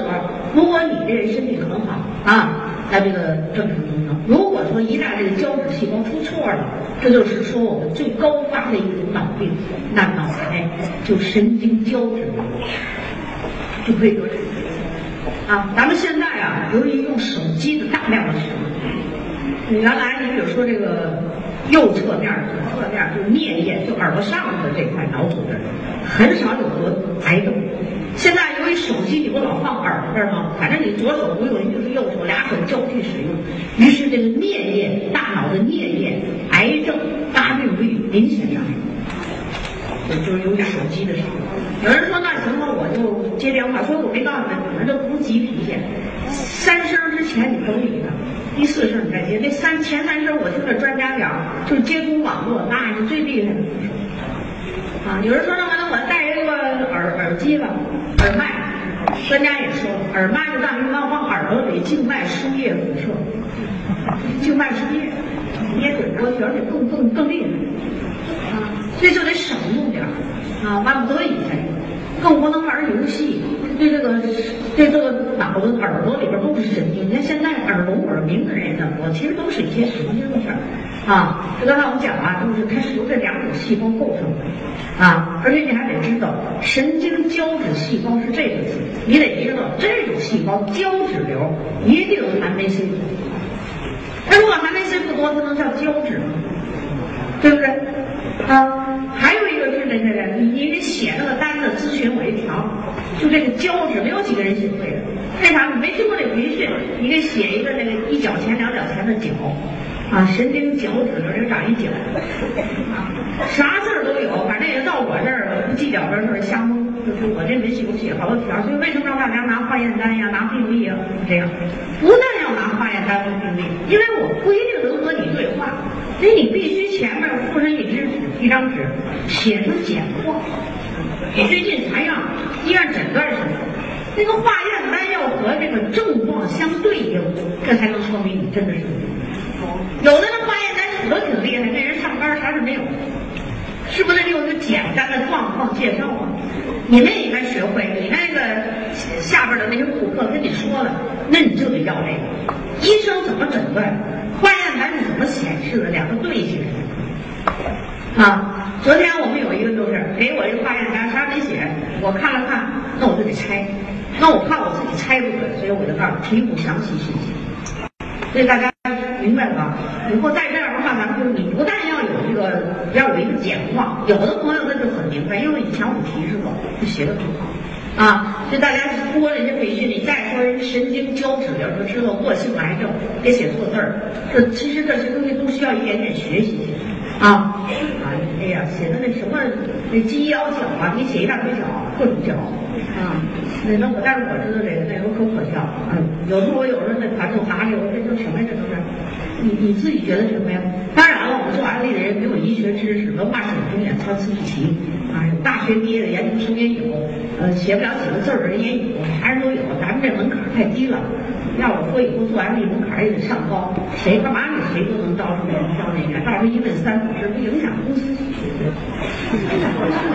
如果你这个身体很好啊，那这个正常功能；如果说一旦这个胶质细胞出错了，这就是说我们最高发的一种脑病，那脑癌就神经胶质瘤就可以得这个病啊。咱们现在啊，由于用手机的大量的使用，原来你比如说这个右侧面、左侧面就是颞叶，就耳朵上的这块脑组织，很少有得癌症。现在由于手机你不老放耳朵这儿吗？反正你左手不用，你就是右手，俩手交替使用，于是这个颞叶、大脑的颞叶癌症发病率明显上升，就是由于手机的使用。有人说那行了，我就接电话，说我没告诉你，你们这不是急脾气，三声之前你都理他，第四声你再接。那三前三声我听着专家讲，就是接通网络，那是最厉害的啊。有人说那完了，我戴一个耳耳机吧，耳麦，专家也说了，耳麦就让你往往耳朵里静脉输液辐射，静脉输液，捏准过去，而且更更更厉害啊，所以就得省用点啊，万不得已才用，更不能玩游戏。对这个对这个脑子耳朵里边都是神经，你看现在耳聋耳鸣的人也很多，其实都是一些神经的事儿啊。就刚才我们讲啊，就是它是由这两种细胞构成的啊，而且你还得知道神经胶质细胞是这个字，你得知道这种细胞胶质瘤一定含维 C 多，那如果含维 C 不多，它能叫胶质吗？对不对？啊，还有一个是那个你你得写那个单子咨询我一条，就这个胶质没有几个人写对的，为啥？你没经过这培训，你给写一个那个一角钱两角钱的角，啊，神经角质瘤就长一角，啊，啥字儿都有，反正也到我这儿不计较的事儿瞎蒙，就是我这没写过写好多条，所以为什么让大家拿化验单呀、拿病历啊这样？不但要拿化验单和病历，因为我不一定能和你对话。所以你必须前面附上一支纸，一张纸，写出简况。你最近啥样？医院诊断什么？那个化验单要和这个症状相对应，这才能说明你真的是。有的那化验单写的挺厉害，那人上班啥事没有，是不是得有一个简单的状况介绍啊？你那应该学会，你那个下边的那些顾客跟你说了，那你就得要这个。医生怎么诊断？化验单是怎么显示的？两个对起来啊！昨天我们有一个就是给我这个化验单，啥没写，我看了看，那我就得拆，那我怕我自己猜不准，所以我就告诉提供详细信息。所以大家明白了吧？以后再这样的话，咱们就是你不但要有这个，要有一个简况，有的朋友那就很明白，因为以前我提示过，就写的很好。啊，就大家通过这些培训，你再说人神经胶质瘤就知道恶性癌症，别写错字儿。这其实这些东西都需要一点点学习啊啊！哎呀，写的那什么那鸡腰角啊，你写一大堆角，各种角啊。那那我但是我知道这个，那有可可笑啊。有时候我有时候那团总拿着，我这都什么呀？这都是你你自己觉得什么呀？当然了，我们做安利的人没有医学知识，文化水平也参差不齐啊。有大学毕业的研究生也有。呃，写不了几个字儿的人也有，啥人都有。咱们这门槛太低了，要我说以后做安利门槛也得上高。谁干嘛你谁都能招什么招那个，到时候一问三不知，不影响公司体制。人家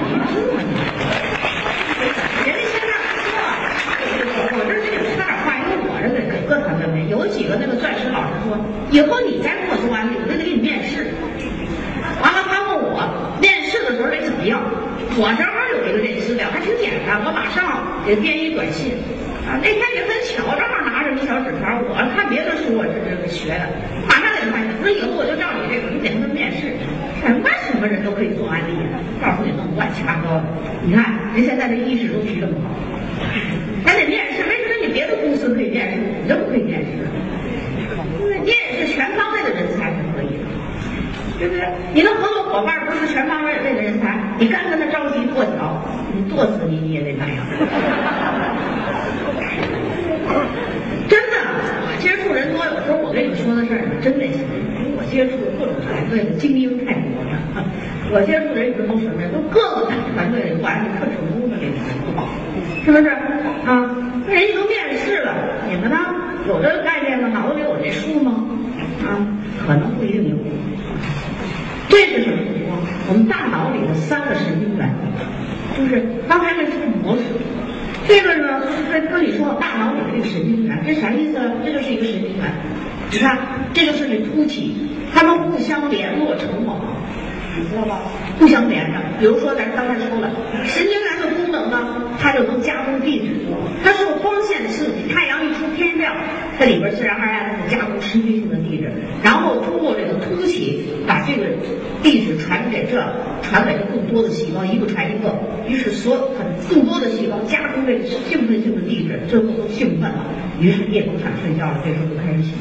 现在说，我这这里插点话，因为我这个整个团队里有几个那个钻石老师说，以后你再给我做安利，我就得给你面试。完了，他问我面试的时候得怎么样？我正好有一个这资料，还挺简单，我马上给编一短信啊。那天也很巧，正好拿着一小纸条，我看别的书我是这个学的，马上给他发现，说以后我就照你这个，你给他们面试，什么什么人都可以做安利，到时候也弄乱七八糟的。你看人现在这意识都提这么好，还得面试，为什么你别的公司可以面试，你这不可以面试？你也是全方位的人才是可以的。对不对？你的合作伙伴不是全方位的人才，你干跟他着急跺脚，你跺死你你也得那样。真的，我接触人多，有时候我跟你说的事儿，你真得信，因为我接触各种团队的精英太多了。我接触人一直都什么呀？都各个团队里，不然是特成功的这种人，是不是？啊，那人家都面试了，你们呢？有这个概念吗？脑子里有这数吗？啊，可能不一定有。这是什么情况？我们大脑里的三个神经元，就是刚才那是模式， 这个呢，就是跟你说大脑里这个神经元，这啥意思呢？这就是一个神经元。你看，这就是你凸起，它们互相联络成网，你知道吧？互相连着。比如说咱刚才说了，神经元的功能呢，它就能加工地址，它受光线刺激，太阳一出天亮，它里边自然而然的加工持续性的地址，然后通过这个凸起把这个地址传给这，传给更多的细胞，一个传一个，于是所很更多的细胞加工这个兴奋性的地址，最后都兴奋了，于是你也不想睡觉了，这时候就开始醒。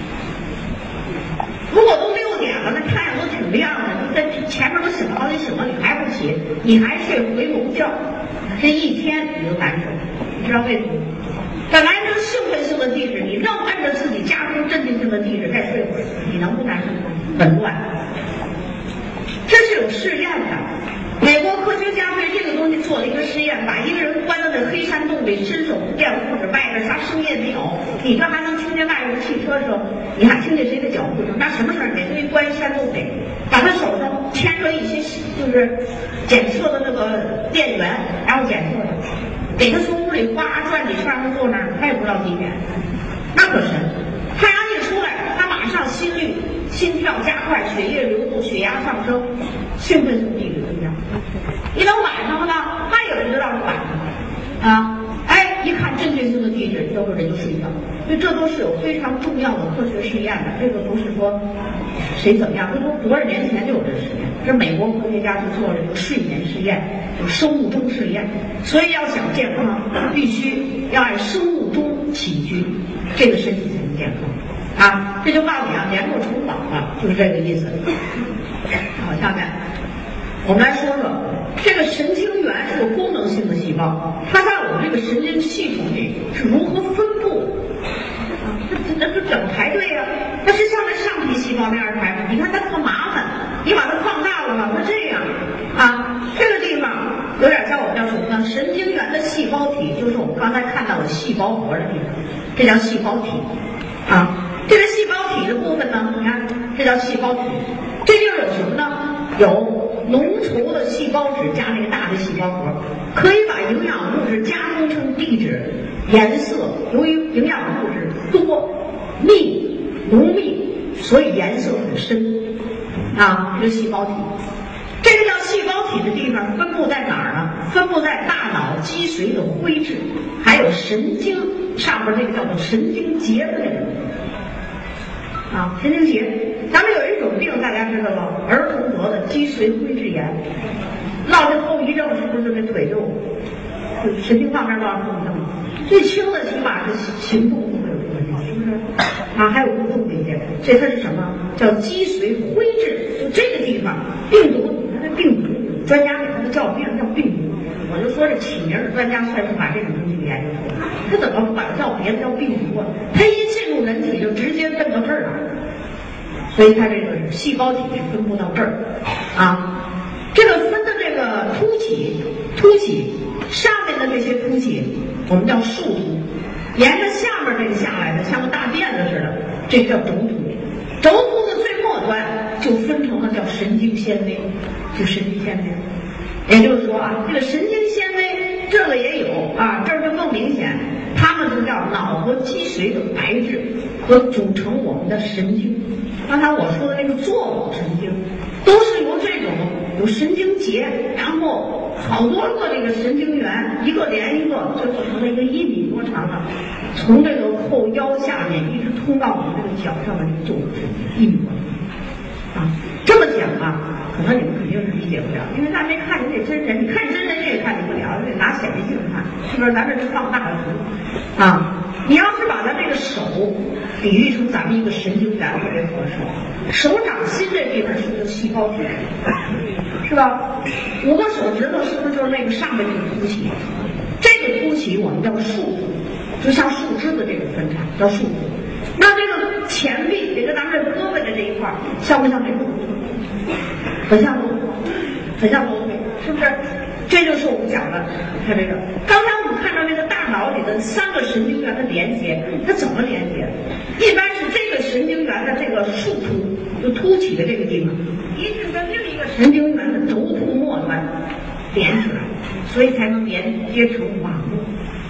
如果都六点了，那太阳都挺亮的，你在前面都醒了好几醒了，你还不起，你还睡回笼觉，这一天你就难受，你知道为什么？本来这个兴奋性的地址，你让按着自己加工镇定性的地址再睡会儿，你能不难受吗？紊乱。这是有试验的，美国科学家对这个东西做了一个试验，把一个人关到那黑山洞里，伸手不见五指，外边啥声音也没有，你这还能听见外边的汽车声，你还听见谁的脚步声？那什么事儿？给他一关山洞里，把他手上牵着一些就是检测的那个电源，然后检测的，给他从屋里哗转几圈，他坐那儿，他也不知道几点，那可神。太阳一出来，他马上心率、心跳加快，血液流动，血压上升，兴奋性地址增加。一到晚上了呢，他也不知道是晚上啊，哎，一看镇静性的地址，要不人就睡觉。所以这都是有非常重要的科学实验的，这个不是说谁怎么样，这都多少年前就有这实验。这美国科学家就做了这个睡眠实验，就生物钟实验。所以要想健康，必须要按生物钟起居，这个身体才能健康。啊，这就告诉你啊，联络成网了，就是这个意思。好，下面我们来说说这个神经元是个功能性的细胞，它在我们这个神经系统里是如何分布？啊，这这这怎么排队呀、啊？它是像那上皮细胞那样排吗？你看它特麻烦，你把它放大了吧，它这样啊，这个地方有点像我们叫什么呢？神经元的细胞体，就是我们刚才看到的细胞核的地方，这叫细胞体啊。这个细胞体的部分呢，你看，这叫细胞体。这地儿有什么呢？有浓稠的细胞质加那个大的细胞核，可以把营养物质加工成地质、颜色。由于营养物质多、密、浓密，所以颜色很深啊。这个细胞体，这个叫细胞体的地方分布在哪儿呢？分布在大脑脊髓的灰质，还有神经上边这个叫做神经节的这个。啊，神经节，咱们有一种病，大家知道吗？儿童得的脊髓灰质炎，落这后遗症是不是就这腿就就神经方面落后遗症？最轻的起码是行动不会有问题，是不是？啊，还有不动的一些，所以它是什么？叫脊髓灰质，就这个地方病毒，你看这病毒，专家给它叫病叫病毒。我就说这起名的专家算是把这种东西研究出来，他怎么不把它叫别的叫病毒啊？它一进入人体就直接分到这儿了，所以它这个细胞体是分布到这儿啊。这个分的这个凸起，凸起上面的这些凸起，我们叫树突，沿着下面这个下来的像个大辫子似的，这叫轴突。轴突的最末端就分成了叫神经纤维，就神经纤维。也就是说啊，这个神经纤维这个也有啊，这儿就更明显，它们就叫脑和脊髓的白质和组成我们的神经。刚才我说的那个座网神经，都是由这种有神经节，然后好多个这个神经元一个连一个，最后成了一个一米多长的，从这个后腰下面一直通到我们这个脚上的这个座网神经，一米多长啊。这么讲啊，可能你们肯定是理解不了，因为咱没看见这真人，你看真人也看见不了，得拿显微镜看，是不是？咱这是放大了图啊。你要是把咱这个手比喻成咱们一个神经元特别合适，手掌心这地方是一个细胞体，是吧？五个手指头是不是就是那个上面这个凸起？这个凸起我们叫树突，就像树枝的这个分叉叫树突。那这个前臂，也就咱们这胳膊的这一块，像不像这个？很像狗腿，很像狗腿，是不是？这就是我们讲的，看这个。刚才我们看到这个大脑里的三个神经元的连接，它怎么连接？一般是这个神经元的这个树突，就凸起的这个地方，一定跟另一个神经元的轴突末端连起来，所以才能连接成网络。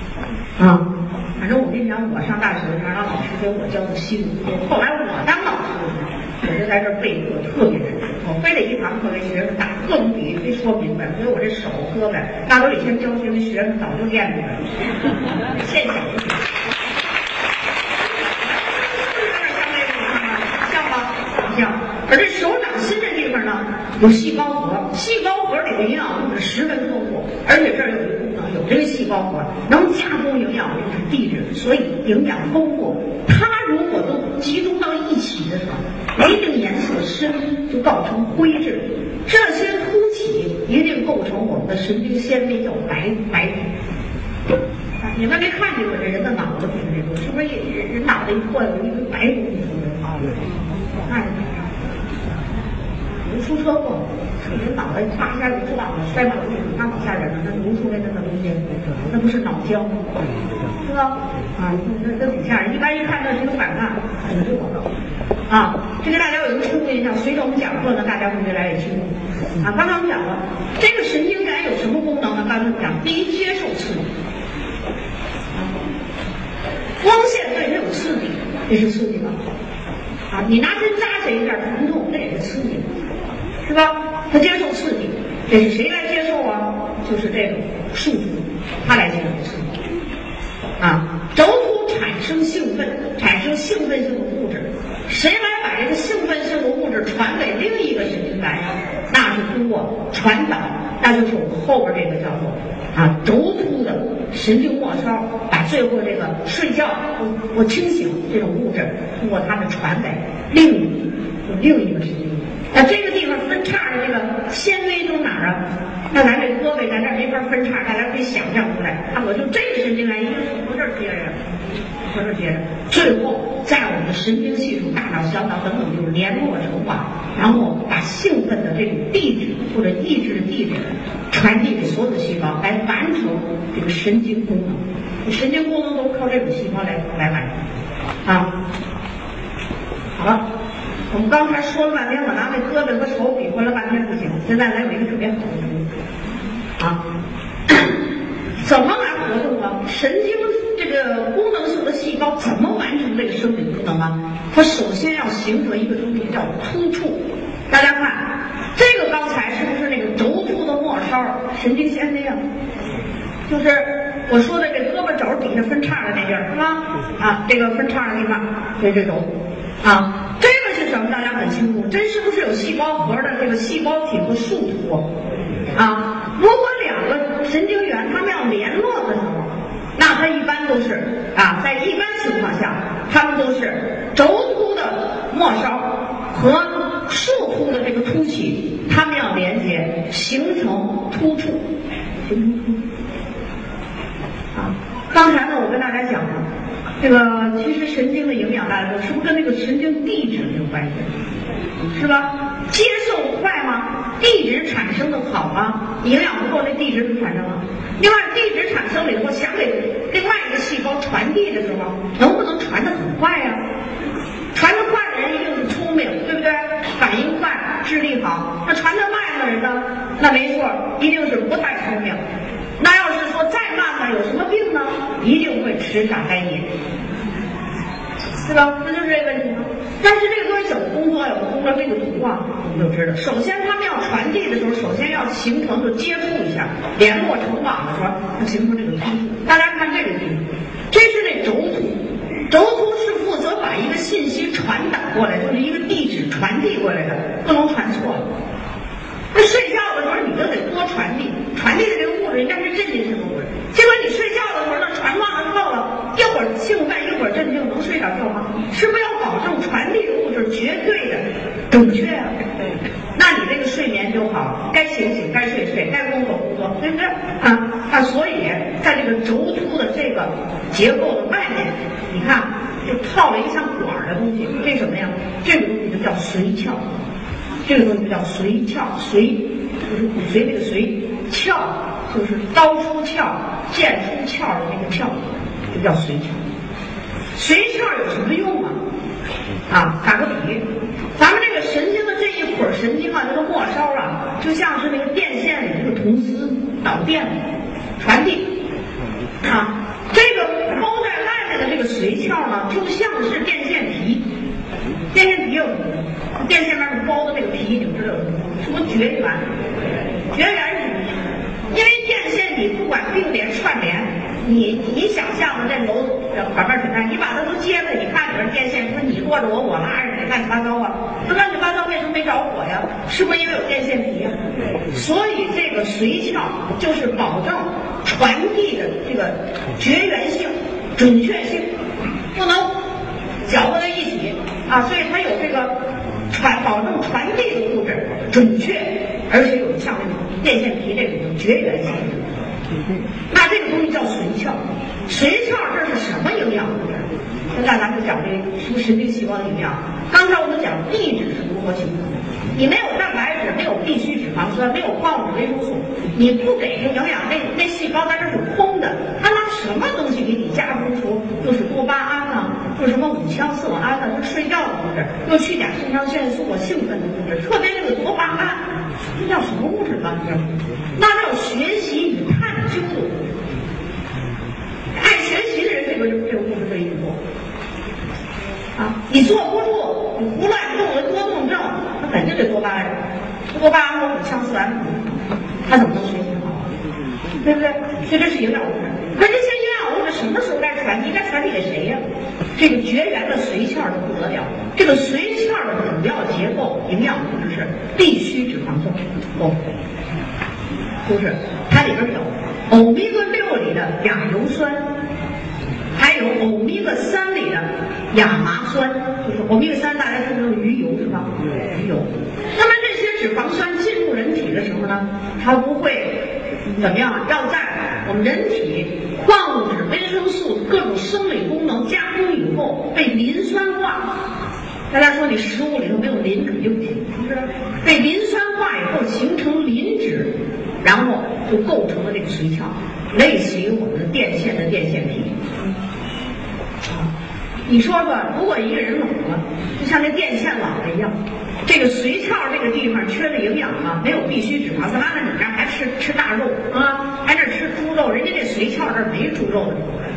啊。反正我跟你讲，我上大学的时候，让老师给我教的西武，后来我当老师的时候，我就在这儿背课，特别认真。我非得一堂课给学生打各种比喻，非说明白。所以我这手胳膊，那我以前教学的学生早就练出来了，现象。像吗？像。而这手掌心这地方呢，有细胞核，细胞核里的营养物质十分丰富，而且这儿有一个功能，有这个细胞核能加工营养物质地质，所以营养丰富。它如果都集中到一起的时候，一定颜色深就造成灰质，这些凸起一定构成我们的神经纤维，叫白白质。你们没看见过这人的脑子，平时是不是人人脑袋一破有一个白东西出来啊？看着没出车祸，人脑袋啪一下就撞了，摔马路上，那往下人了，那流出来那个东西，那不是脑浆吗？是吧？啊，那那挺吓人。一般一看那是个反叛，很弱的。啊，这个大家有一个初步印象。随着我们讲课呢，大家会越来越清楚。啊，刚刚我们讲了，这个神经元有什么功能呢？刚才讲，第一，接受刺激。光线对它有刺激，这是刺激吧？啊，你拿针扎谁一下疼痛，那也是刺激，是吧？它接受刺激，这是谁来接受啊？就是这种束缚，它来接受刺激。啊，轴突产生兴奋，产生兴奋性的物质，谁来把这个兴奋性的物质传给另一个神经元呀？那是通过传导，那就是我们后边这个叫做啊轴突的神经末梢，把最后这个睡觉我我清醒这种物质通过它们传给另一就另一个神经元。那这个地方分叉的这个纤维都哪儿啊？那咱这胳膊咱这没法分叉，大家可以想象出来。啊，我就这个神经元一个从这儿接着，从这儿接着，最后在我们的神经系统、大脑、小脑等等就是联络成网，然后把兴奋的这种地质或者抑制的地质传递给所有的细胞，来完成这个神经功能。神经功能都靠这种细胞来来完成。啊，好了。我们刚才说了半天，我拿那胳膊和手比划了半天不行，现在咱有一个特别好的工具啊，怎么来活动啊？神经这个功能性的细胞怎么完成这个生理功能啊？它首先要形成一个东西叫突触。大家看，这个刚才是不是那个轴突的末梢神经纤维啊？就是我说的这胳膊肘底下分叉的那地儿是吧？啊，这个分叉的地方，这是轴啊。这个是什么？大家很清楚，这是不是有细胞核的这个细胞体和树突啊？如果两个神经元它们要联络的时候，那它一般都是啊，在一般情况下，它们都是轴突的末梢和树突的这个突起，它们要连接，形成突触，形成突触啊。刚才呢，我跟大家讲了。这个其实神经的营养，大家说是不是跟那个神经递质有关系？是吧？接受快吗？递质产生的好吗？营养不够，那递质就产生了。另外，递质产生了以后，想给另外一个细胞传递的时候，能不能传得很快呀、啊？传得快的人一定是聪明，对不对？反应快，智力好。那传得慢的人呢？那没错，一定是不太聪明。那要是说再慢呢，有什么病呢？一定会迟傻呆年，对吧？这就是这个问题吗？但是这个东西怎么工作呀？我通过这个图啊，我们就知道。首先，他们要传递的时候，首先要形成就接触一下，联络成网的时候，要形成这个突触。大家看这个图，这是那轴突，轴突是负责把一个信息传导过来，就是一个地址传递过来的，不能传错了。那睡觉的时候你就得多传递，传递的这个物质应该是镇静性的物质。结果你睡觉的时候呢，传忘了透了，一会儿兴奋一会儿镇静，能睡着觉吗？是不是要保证传递的物质绝对的准确啊？那你这个睡眠就好，该醒醒，该睡睡，该工作工作，对不对？啊啊！所以在这个轴突的这个结构的外面，你看就套了一像管的东西，这什么呀？这个东西就叫髓鞘。这个东西叫髓鞘，髓就是骨髓那个髓，鞘就是刀出鞘、剑出鞘的那个鞘，就叫髓鞘。髓鞘有什么用啊？啊，打个比，咱们这个神经的这一捆神经啊，这个末梢啊，就像是那个电线里这个铜丝导电传递啊，这个体你们知道什么绝缘？绝缘体，因为电线你不管并联串联，你你想象的这楼板面水泥，你把它都接了，你看里边电线，说你落着我，我拉着你，乱七八糟啊，这乱七八糟为什么没着火呀？是不是因为有电线皮呀？所以这个髓鞘就是保证传递的这个绝缘性、准确性，不能搅和在一起啊，所以它有这个传保证传递的物质准确，而且有像这种电线皮这种绝缘性。那这个东西叫髓鞘，髓鞘这是什么营养物质？现在咱们讲这什么神经细胞的营养。刚才我们讲地质是如何形成的，你没有蛋白质，没有必需脂肪酸，没有矿物质、维生素，你不给这营养，那那细胞在这是空的，它拿什么东西给你加工出？又是多巴胺啊，又是什么五羟色胺啊，就睡觉的物质，又去甲肾上腺素啊，兴奋的物质，特别这个多巴胺，这叫什么物质呢？那叫学习与探究的物质。爱学习的人，这个这个物质可以做啊，你坐不住，你胡乱动了多动症，那肯定得多巴胺，多巴胺和五羟色胺，他怎么能学习好？对不对？所以这是营养物质。可这些营养物质什么时候该传递？该传递给谁呀？这个绝缘的髓鞘就不得了。这个髓鞘的主要结构营养物质是必需脂肪酸，哦，就是它里边有欧米伽六里的亚油酸，还有欧米伽三里的亚麻酸，就是欧米伽三大家知道鱼油是吧？鱼油。那么这些脂肪酸进入人体的时候呢，它不会怎么样？要在我们人体矿物质、维生素各种生理功能加工以后被磷酸化。大家说你食物里头没有磷肯定不行，是不是？被磷酸化以后形成磷脂，然后就构成了这个髓鞘，类似于我们的电线的电线皮。你说说，如果一个人老了，就像那电线老了一样，这个髓鞘这个地方缺了营养吗？没有必需脂肪酸，那你这还吃吃大肉啊？还这吃猪肉？人家这髓鞘这儿没猪肉的，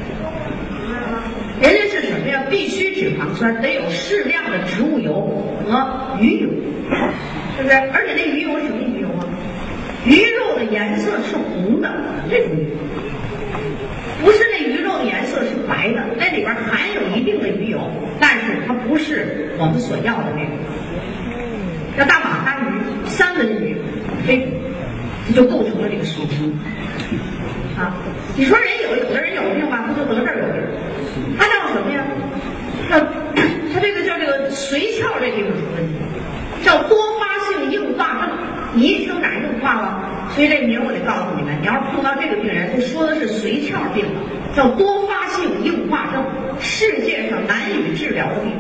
人家是什么呀？必需脂肪酸得有适量的植物油和鱼油，是不是？而且那鱼油是什么鱼油啊？鱼肉的颜色是红的，这种鱼。不是那鱼肉的颜色是白的，那里边含有一定的鱼油，但是它不是我们所要的那个。叫大马哈鱼、三文鱼，这种就构成了这个髓皮啊。你说人有有的人有病吧，他就得这儿有病，他叫什么呀？叫他这个叫这个髓鞘这地方出问题，叫多发性硬化症。你一听哪硬化了？所以这名我得告诉你们，你要是碰到这个病人，就说的是髓鞘病，叫多发性硬化症，世界上难以治疗的病。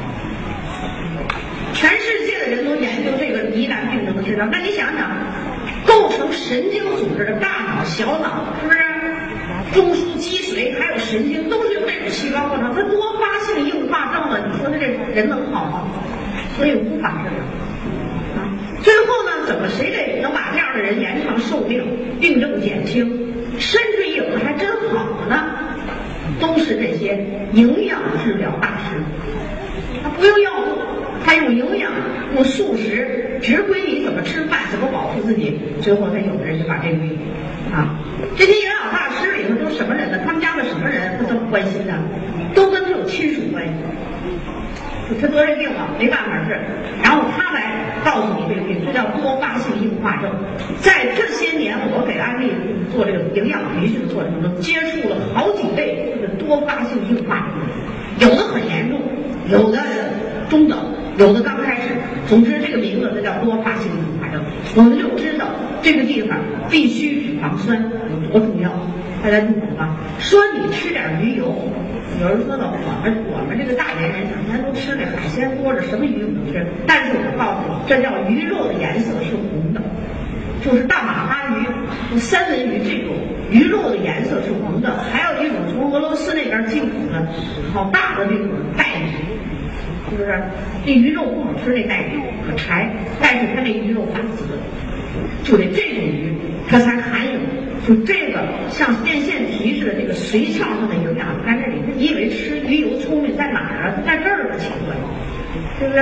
全世界的人都研究这个疑难病症的治疗，那你想想，构成神经组织的大脑、小脑，是不是？中枢、脊髓还有神经，都是由这种细胞构成。它多发性硬化症了，你说他这人能好吗？所以无法治疗。最后呢，怎么谁得能把这样的人延长寿命、病症减轻，甚至有的还真好了呢？都是这些营养治疗大师，他不用药物，他用营养、用素食，指挥你怎么吃饭，怎么保护自己。最后，他有的人就把这个病啊，这些营养大师里头都什么人呢？他们家的什么人他这么关心呢？都跟他有亲属关系。他得这病了，没办法治，然后他来告诉你这个病，这叫多发性硬化症。在这些年，我给安利做这个营养培训的过程中，接触了好几位这个多发性硬化症，有的很严重，有的中等，有的刚开始。总之，这个名字它叫多发性硬化症。我们就知道这个地方必须脂肪酸有多重要，大家听懂吗？说你吃点鱼油。有人说了，我们我们这个大连人整天都吃这海鲜多着，什么鱼都能吃。但是我告诉你，这叫鱼肉的颜色是红的，就是大马哈鱼、三文鱼这种鱼肉的颜色是红的。还有一种从俄罗斯那边进口的好大的这种带鱼，是不是？这鱼肉不好吃，那带鱼可柴，但是它那鱼肉发紫，就得这种鱼它才含有。就这个像电线皮似的这个髓鞘上的营养在这里，你以为吃鱼油聪明在哪儿啊？在这儿呢，请问，是不是？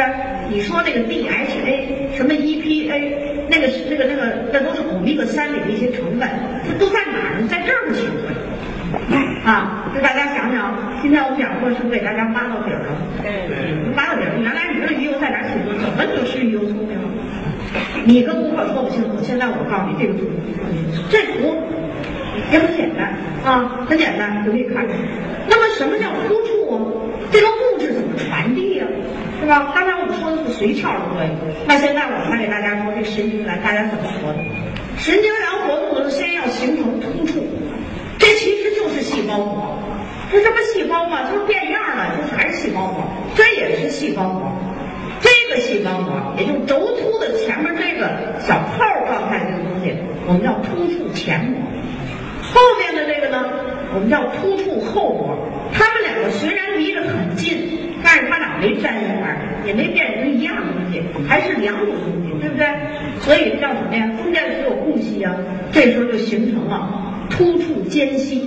你说那个 D H A 什么 E P A， 那个那个那个那都是欧米伽三里的一些成分，这都在哪儿呢？在这儿不行啊！就大家想想，今天我们讲过是不是给大家挖到底儿了？对，挖到底儿。原来你说鱼油在哪儿起作用？怎么就吃鱼油聪明了？你跟顾客说不清楚，现在我告诉你这个图，这图也很简单啊，很简单就可以看出来。那么什么叫突触啊？这个物质怎么传递呀、啊？是吧？刚才我们说的是髓鞘的作用，那现在我们来给大家说这神经元大家怎么活的？神经元活动的先要形成突触，这其实就是细胞膜。这什么细胞嘛？就是变样了，就是还是细胞膜，这也是细胞膜。这个细胞膜，也就是轴突的前面这个小泡状态这个东西，我们叫突触前膜。后面的这个呢，我们叫突触后膜。它们两个虽然离得很近，但是它俩没沾一块儿，也没变成一样东西，还是两种东西，对不对？所以叫什么呀？中间是有空隙啊，这时候就形成了突触间隙。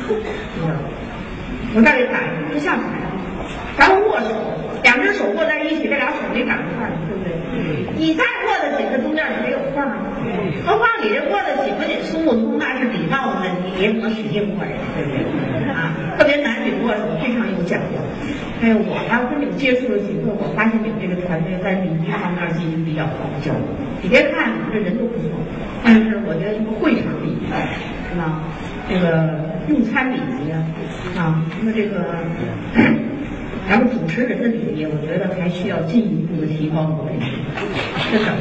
我这儿给打一个，就像什么呀？咱们握手，两只手握在一起，这俩手没长一块儿，对不对？你再握得紧，这中间也没有缝儿。何况你这握得紧不紧，松不松，那是礼貌的问题，也不能使劲握人，对不对？啊，特别男女握手非常有讲究。哎呦，我呢跟你们接触了几个，我发现你们这个团队在礼仪方面进行比较好的交流。你别看你们这人都不错，但是我觉得这个会场礼仪是吧？这个用餐礼仪啊，啊，那么这个咱们主持人的礼仪，我觉得还需要进一步的提高和培训，真的。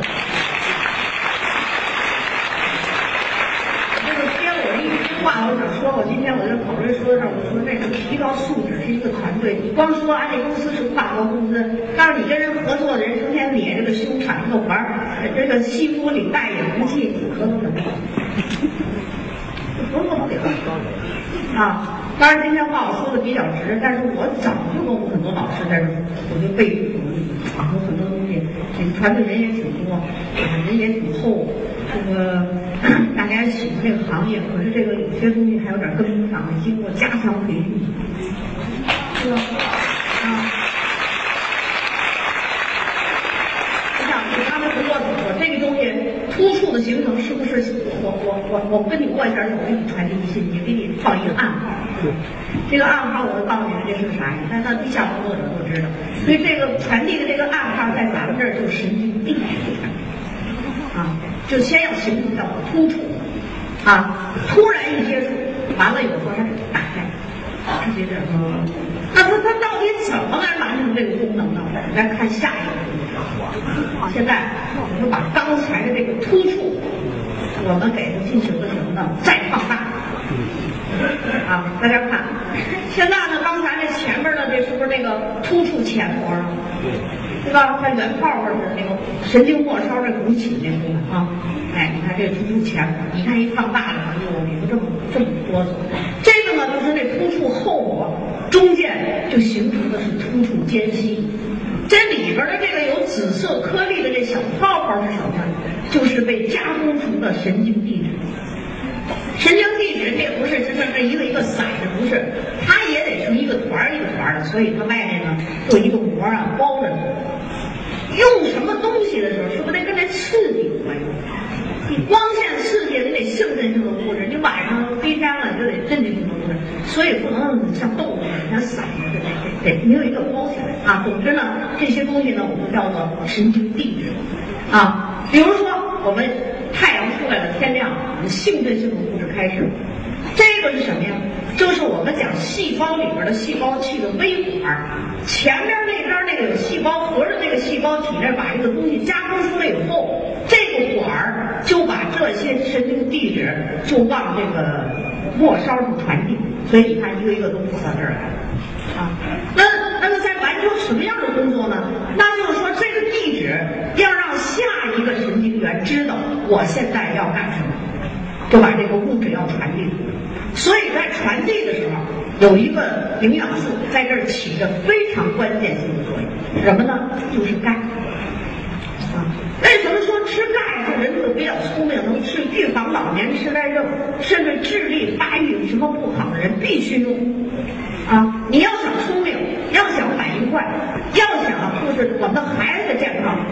这个接了我一句话，我想说，我今天我就考虑说上，我说这个提高素质是一个团队，你光说安利公司是跨国公司，但是你跟人合作的人成天咧这个胸产这个环，这个西服领带也不系，合作怎么样？合作不了啊！当然，今天话我说的比较直，但是我早就跟我们很多老师在这，我就背书啊，有很多东西，这个团队人也挺多，人也挺厚，这个大家喜欢这个行业，可是这个有些东西还有点跟不上，经过加强培训，是吧？啊，我想你刚才不过我这个东西突触的形成是不是我我我我跟你握一下，我给你传递信息，给你放一个暗号。这个暗号我就告诉你们这是啥，你看那地下工作者都知道，所以这个传递的这个暗号在咱们这儿就是神经递质啊，就先要形成叫突触啊，突然一接触，完了以后说它打开，直接这样。那它它到底怎么来完成这个功能呢？我们再看下一个工作。现在我们就把刚才的这个突触，我们给它进行了什么呢？再放大。啊，大家看，现在呢，刚才这前面的这是不是那个突触前膜啊？对吧？在圆泡或者是那个神经末梢这鼓起那部分啊，哎，你看这突触前膜，你看一放大了，哟，里头这么这么多。这个呢，就是那突触后膜中间就形成的是突触间隙。这里边的这个有紫色颗粒的这小泡泡是什么呢？就是被加工出的神经递质。神经递质这不是就是这一个一个散的，不是，它也得是一个团一个团的，所以它外面呢做一个膜啊包着。用什么东西的时候，是不是得跟这刺激有关系？你光线刺激，你得兴奋性的物质；你晚上黑天了，就得镇静性的物质。所以不能像豆腐一样散着，得得得没有一个包起来啊。总之呢，这些东西呢，我们叫做神经递质啊。比如说我们。太阳出来了，天亮，我们兴奋性的物质开始。这个是什么呀？就是我们讲细胞里边的细胞器的微管，前面那边那个有细胞核的那个细胞体那把这个东西加工出来以后，这个管儿就把这些神经递质就往这个末梢上传递。所以你看一个一个都跑到这儿来了啊。那那么在完成什么样的工作呢？那就是说这个递质要让下一个神经元知道我现在要干什么，就把这个物质要传递。所以在传递的时候，有一个营养素在这儿起着非常关键性的作用，什么呢？就是钙。啊，为什么说吃钙这人就比较聪明，能吃预防老年痴呆症，甚至智力发育有什么不好的人必须用。啊，你要想聪明，要想反应快，要想就是我们的孩子这样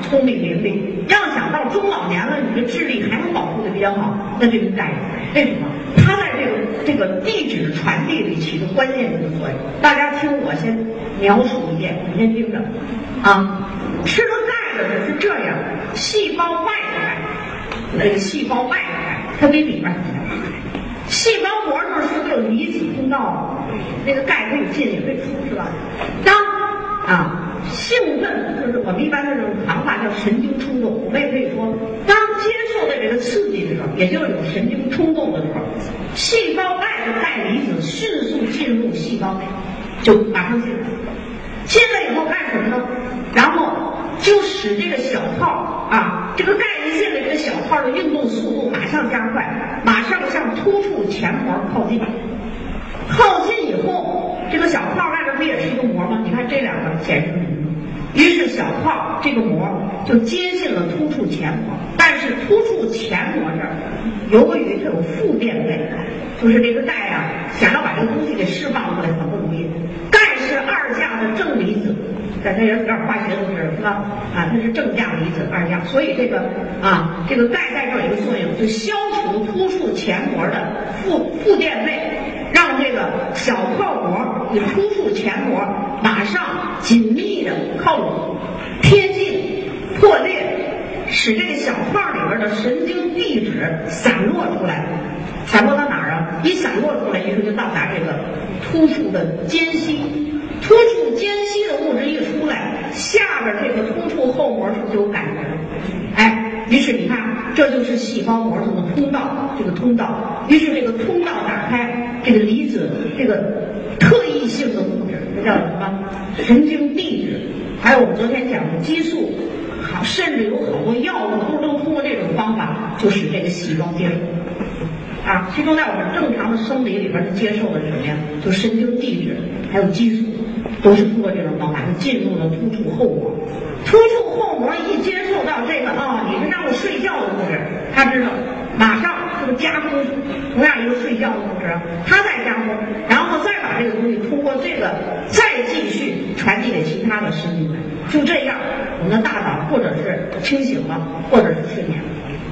聪明伶俐。要想到中老年了，你的智力还能保护的比较好，那这个钙为什么？它在这个这个地质传递里起着关键性的作用。大家听我先描述一遍，你先听着啊。吃了钙的人是这样，细胞外的钙，那个细胞外的钙，它比里边怎么样？细胞膜上是不是有离子通道？那个钙可以进也可以出，是吧？当啊兴奋，就是我们一般的这种行话叫神经冲动，我们也可以说，当接受的这个刺激的时候，也就是有神经冲动的时候，细胞外的钙离子迅速进入细胞内，就马上进来。进来以后干什么呢？然后就使这个小泡啊，这个钙一进来，这个小泡的运动速度马上加快，马上向突触前膜靠近。靠近以后，这个小泡外边不也是一个膜吗？你看这两个显示什么？于是小泡这个膜就接近了突触前膜，但是突触前膜这儿，由于它有负电位，就是这个钙啊，想要把这个东西给释放出来很不容易。钙是二价的正离子，在它有点化学都是是吧？啊，它是正价离子二价，所以这个啊，这个钙在这儿有一个作用，就消除突触前膜的负负电位。让这个小泡膜与突触前膜马上紧密的靠拢、贴近、破裂，使这个小泡里边的神经递质散落出来。散落到哪儿啊？一散落出来，于是就到达这个突触的间隙。突触间隙的物质一出来，下边这个突触后膜是不是就有感觉了？哎，于是你看，这就是细胞膜上的通道，这个通道。于是这个通道打开，这个离子，这个特异性的物质，这叫什么？神经递质，还有我们昨天讲的激素，好，甚至有好多药物都都通过这种方法，就使这个细胞接受。啊，其中在我们正常的生理里边是接受的是什么呀？就神经递质，还有激素，都是通过这种方法就进入了突触后膜。突触后膜一接受到这个啊、哦，你是让我睡觉的物质，他知道，马上这个加工，同样一个睡觉的物质，它再加工，然后再把这个东西通过这个再继续传递给其他的神经元。就这样，我们的大脑或者是清醒了，或者是睡眠了。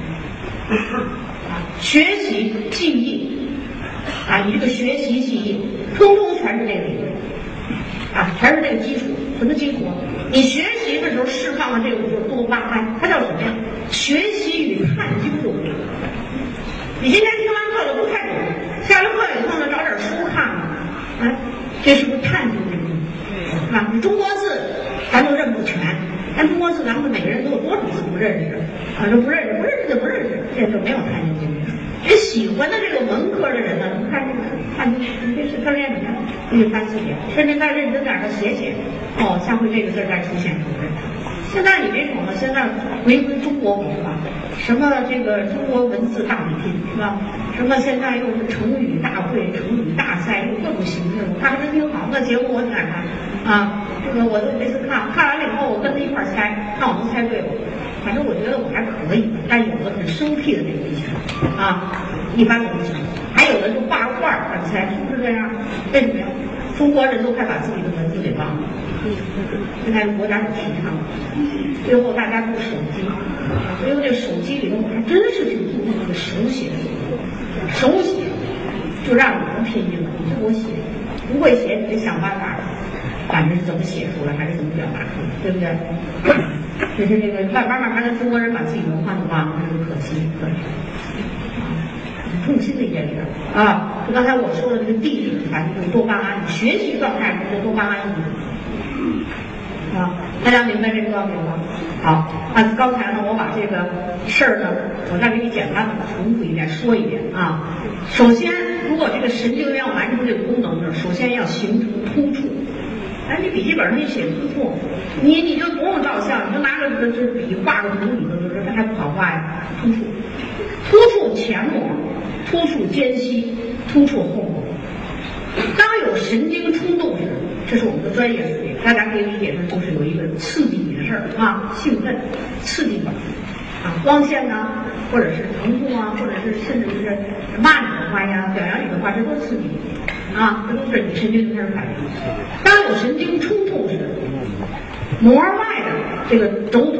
学习记忆啊，你这个学习记忆，通通全是这个理论啊，全是这个基础。什么基础？你学习的时候释放的这个就是多巴胺，它叫什么呀？学习与探究的物质。你今天听完课了不太懂，下了课以后呢，找点书看看，哎，这是不是探究的物质？啊，你中国字咱都认不全，咱中国字咱们每个人都有多少字不认识啊？这不认识，不认识就不认识，这就没有探究精神。人喜欢的这个文科的人呢，你看这个看你这是课练什么？你得翻字典，甚至再认真点的写写，哦，下回这个字再出现出来。现在你别瞅了，现在回归中国文化，什么这个中国文字大比拼是吧？什么现在又是成语大会、成语大赛，又各种形式。我看着真挺好，那节目我挺爱看啊。这个我都每次看，看完了以后我跟他一块儿猜，看我能猜对不？反正我觉得我还可以，但有的很生僻的那个技巧啊，一般都不行。还有的就画个画儿，猜是不是这样？为什么呀？中国人都快把自己的文字给忘了。现在国家很提倡，最后大家用手机，所以这手机里头我还真是挺注重这个手写的，手写就让你们拼音了，你就给我写，不会写你得想办法，反正是怎么写出来还是怎么表达出来，对不对？就是这个慢慢慢慢的中国人把自己文化给忘了，这是可惜，可惜。痛心的一件事啊！就刚才我说的这个地质传递多巴胺，学习状态中的多巴胺物质啊，大家明白这个道理吗？好，那刚才呢，我把这个事儿呢，我再给你简单的重复一遍，说一遍啊。首先，如果这个神经元要完成这个功能呢，首先要形成突触。哎，你笔记本上一写突触，你你就不用照相，你就拿着这这笔画个图，你就知道这还不好画呀。突触，突触前膜。突触间隙，突触后膜。当有神经冲动时，这是我们的专业术语，大家可以理解成就是有一个刺激你的事儿啊，兴奋、刺激感啊，光线呐、啊，或者是疼痛啊，或者是甚至是骂你的话呀、表扬你的话，这都是刺激你啊，这都是你神经开始反应。当有神经冲动时，膜外的这个轴突外面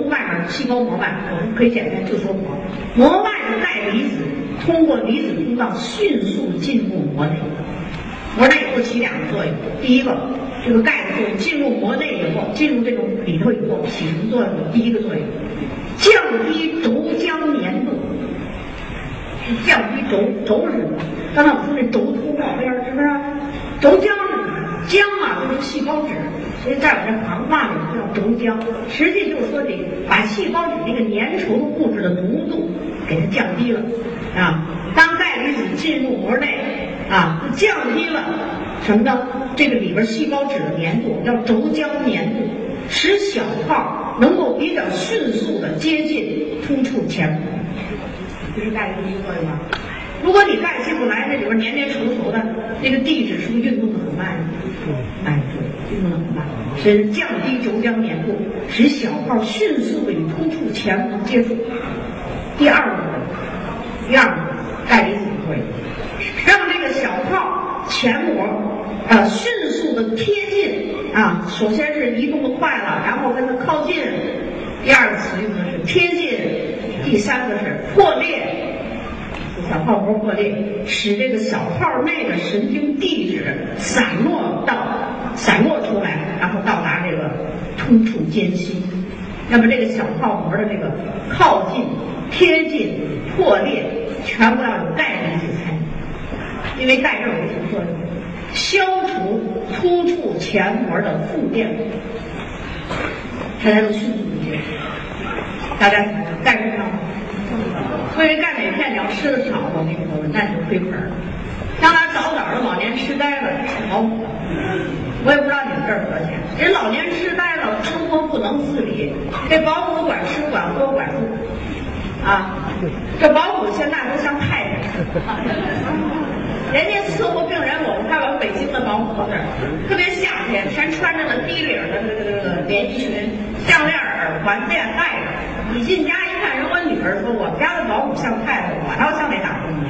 细胞膜外，我们可以简单就说膜。膜外的钙离子通过离子通道迅速进入膜内，膜内以后起两个作用。第一个，这个钙的作用进入膜内以后，进入这种里头以后起什么作用？第一个作用，降低轴浆粘度。降低轴轴是什么？刚才我说那轴突冒边是不是？轴浆是什么？浆嘛就是细胞质，所以在我这行话里叫轴浆。实际就是说得把细胞质这个粘稠的物质的浓度给它降低了啊。当钙离子进入膜内啊，降低了什么呢？这个里边细胞质的粘度叫轴浆粘度，使小泡能够比较迅速的接近突触前膜。这是钙离子作用吗？如果你钙进不来，那里边黏黏稠稠的，那个地质是不是运动的很慢？哎，对，运动的很慢，是降低轴浆粘度，使小泡迅速的与突触前膜接触。第二个，第二个钙离子作用，让这个小泡前膜啊迅速的贴近啊，首先是移动的快了，然后跟它靠近。第二个词用的是贴近。第三个是破裂，小泡膜破裂，使这个小泡内的神经递质散落到散落出来，然后到达这个突触间隙。那么这个小泡膜的这个靠近、贴近、破裂，全部要有钙离子参与，因为钙这有什么作用？消除突触前膜的负电，它才能迅速的接触。大家钙质上。所以钙镁片你要吃的少，我跟你说，那就亏本了。将来早早的老年痴呆了，吃保姆了。我也不知道你们这儿多少钱。人老年痴呆了，生活不能自理，这保姆管吃管喝管住啊。这保姆现在都像太太，人家伺候病人，我们看完北京的保姆那儿，特别夏天，全穿着了低领的这个这个连衣裙，项链、耳环、链带着。你进家一看，人我女儿说我们家的保姆像太太，我倒像那打工的。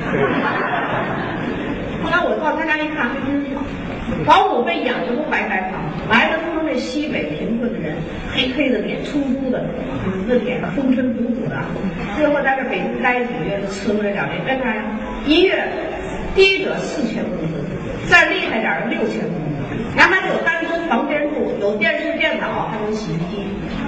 后来我到他家一看，还真是，保姆被养的都白白胖，来的都是那西北贫困的人，黑黑的脸，粗粗的，紫的脸，风尘仆仆的。最后在这北京待几个月，就辞回来两年，干啥呀？一月低者四千工资，再厉害点的六千工资，然后还有单独房间住，有电视、电脑，还有洗衣机。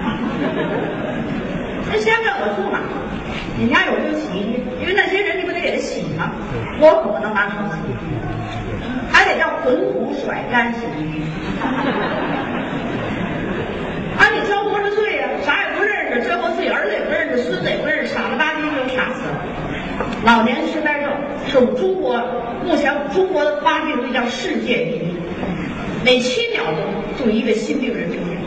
那先让我住哪？你家有这个洗衣机，因为那些人你不得给他洗吗？我可不能拿手洗，还得叫滚土甩干洗衣机。啊，你交多少岁呀、啊？啥也不认识，最后自己儿子也不认识，孙子也不认识，傻了吧唧就傻死了。老年痴呆症是我们中国目前我们中国的发病率叫世界第一，每七秒钟就一个新病人出现。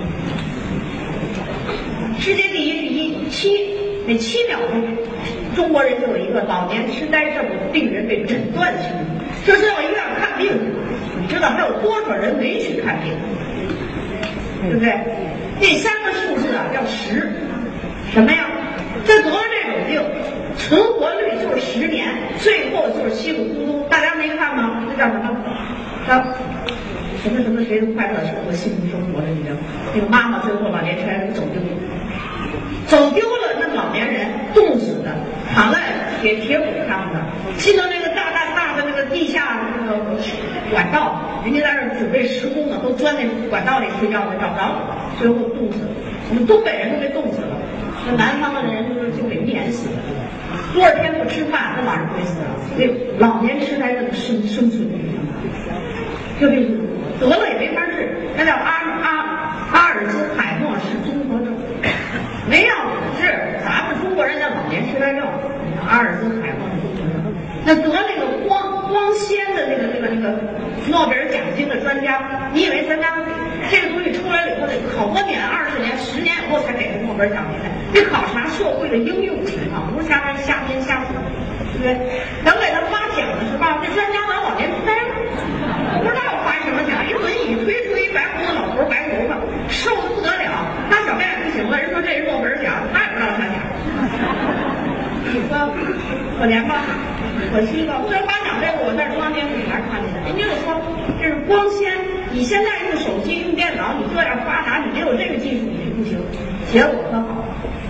世界第一是一七，每七秒钟，中国人就有一个老年痴呆症的病人被诊断清楚。这是到医院看病，你知道还有多少人没去看病？对不对？第三个数字啊叫十，什么呀？这得了这种病，存活率就是十年，最后就是稀里糊涂。大家没看吗？这叫什么？叫什么什么谁的快乐生活、幸福生活的那个那个妈妈，最后老年痴呆症走丢了。走丢了，那老年人冻死的，躺在铁铁轨上的，进到那个大大大的那个地下那个管道，人家在那儿准备施工呢，都钻那管道里睡觉的，找不着，最后冻死了。我们东北人都被冻死了，那南方的人就是就给碾死了，多少天不吃饭，那晚上会死了。所以老年痴呆症生生存率很高，这病得了也没法治，那叫阿阿阿尔兹海默氏综合症。没药治，咱们中国人叫老年痴呆症，阿尔兹海默综合症。那得那个光光纤的那个那个那个诺贝尔奖金的专家，你以为咱家这个东西出来了以后得好多年、二十年、十年以后才给他诺贝尔奖金的？得考察社会的应用情况，不是瞎瞎编瞎说，对不对？等给他发奖的时候，这专家得老年痴呆了，不知道发什么奖，一轮椅推出一白胡子老头，白头发，瘦的不得了，他小便不行了，人说这是诺贝尔奖，他也不知道他奖。你说可怜吧，可惜吧。后来发奖这个我在中央电视台看见的，人家就说这是光纤，你现在用手机用电脑，你这样发达，你没有这个技术你不行。结果可好，嗯，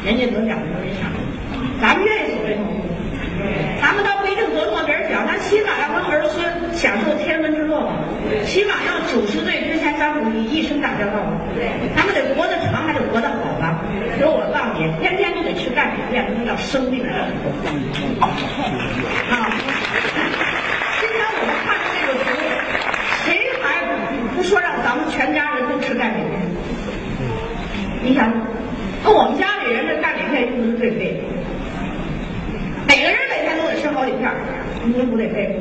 人家得奖的人上，咱们愿意走这条路，咱们倒不一定得诺贝尔奖，咱起码要跟儿孙享受天伦之乐吧，起码要九十岁之前咱们一生打交道吧，咱们得活得长，还得活得好吧。所以我告诉你，天天都得吃钙镁片，那叫生命啊！今天我们看这个图，谁还不说让咱们全家人都吃钙镁片？你想，那我们家里人这钙镁片用的是最贵的，每个人每天都得吃好几片，你说不得费？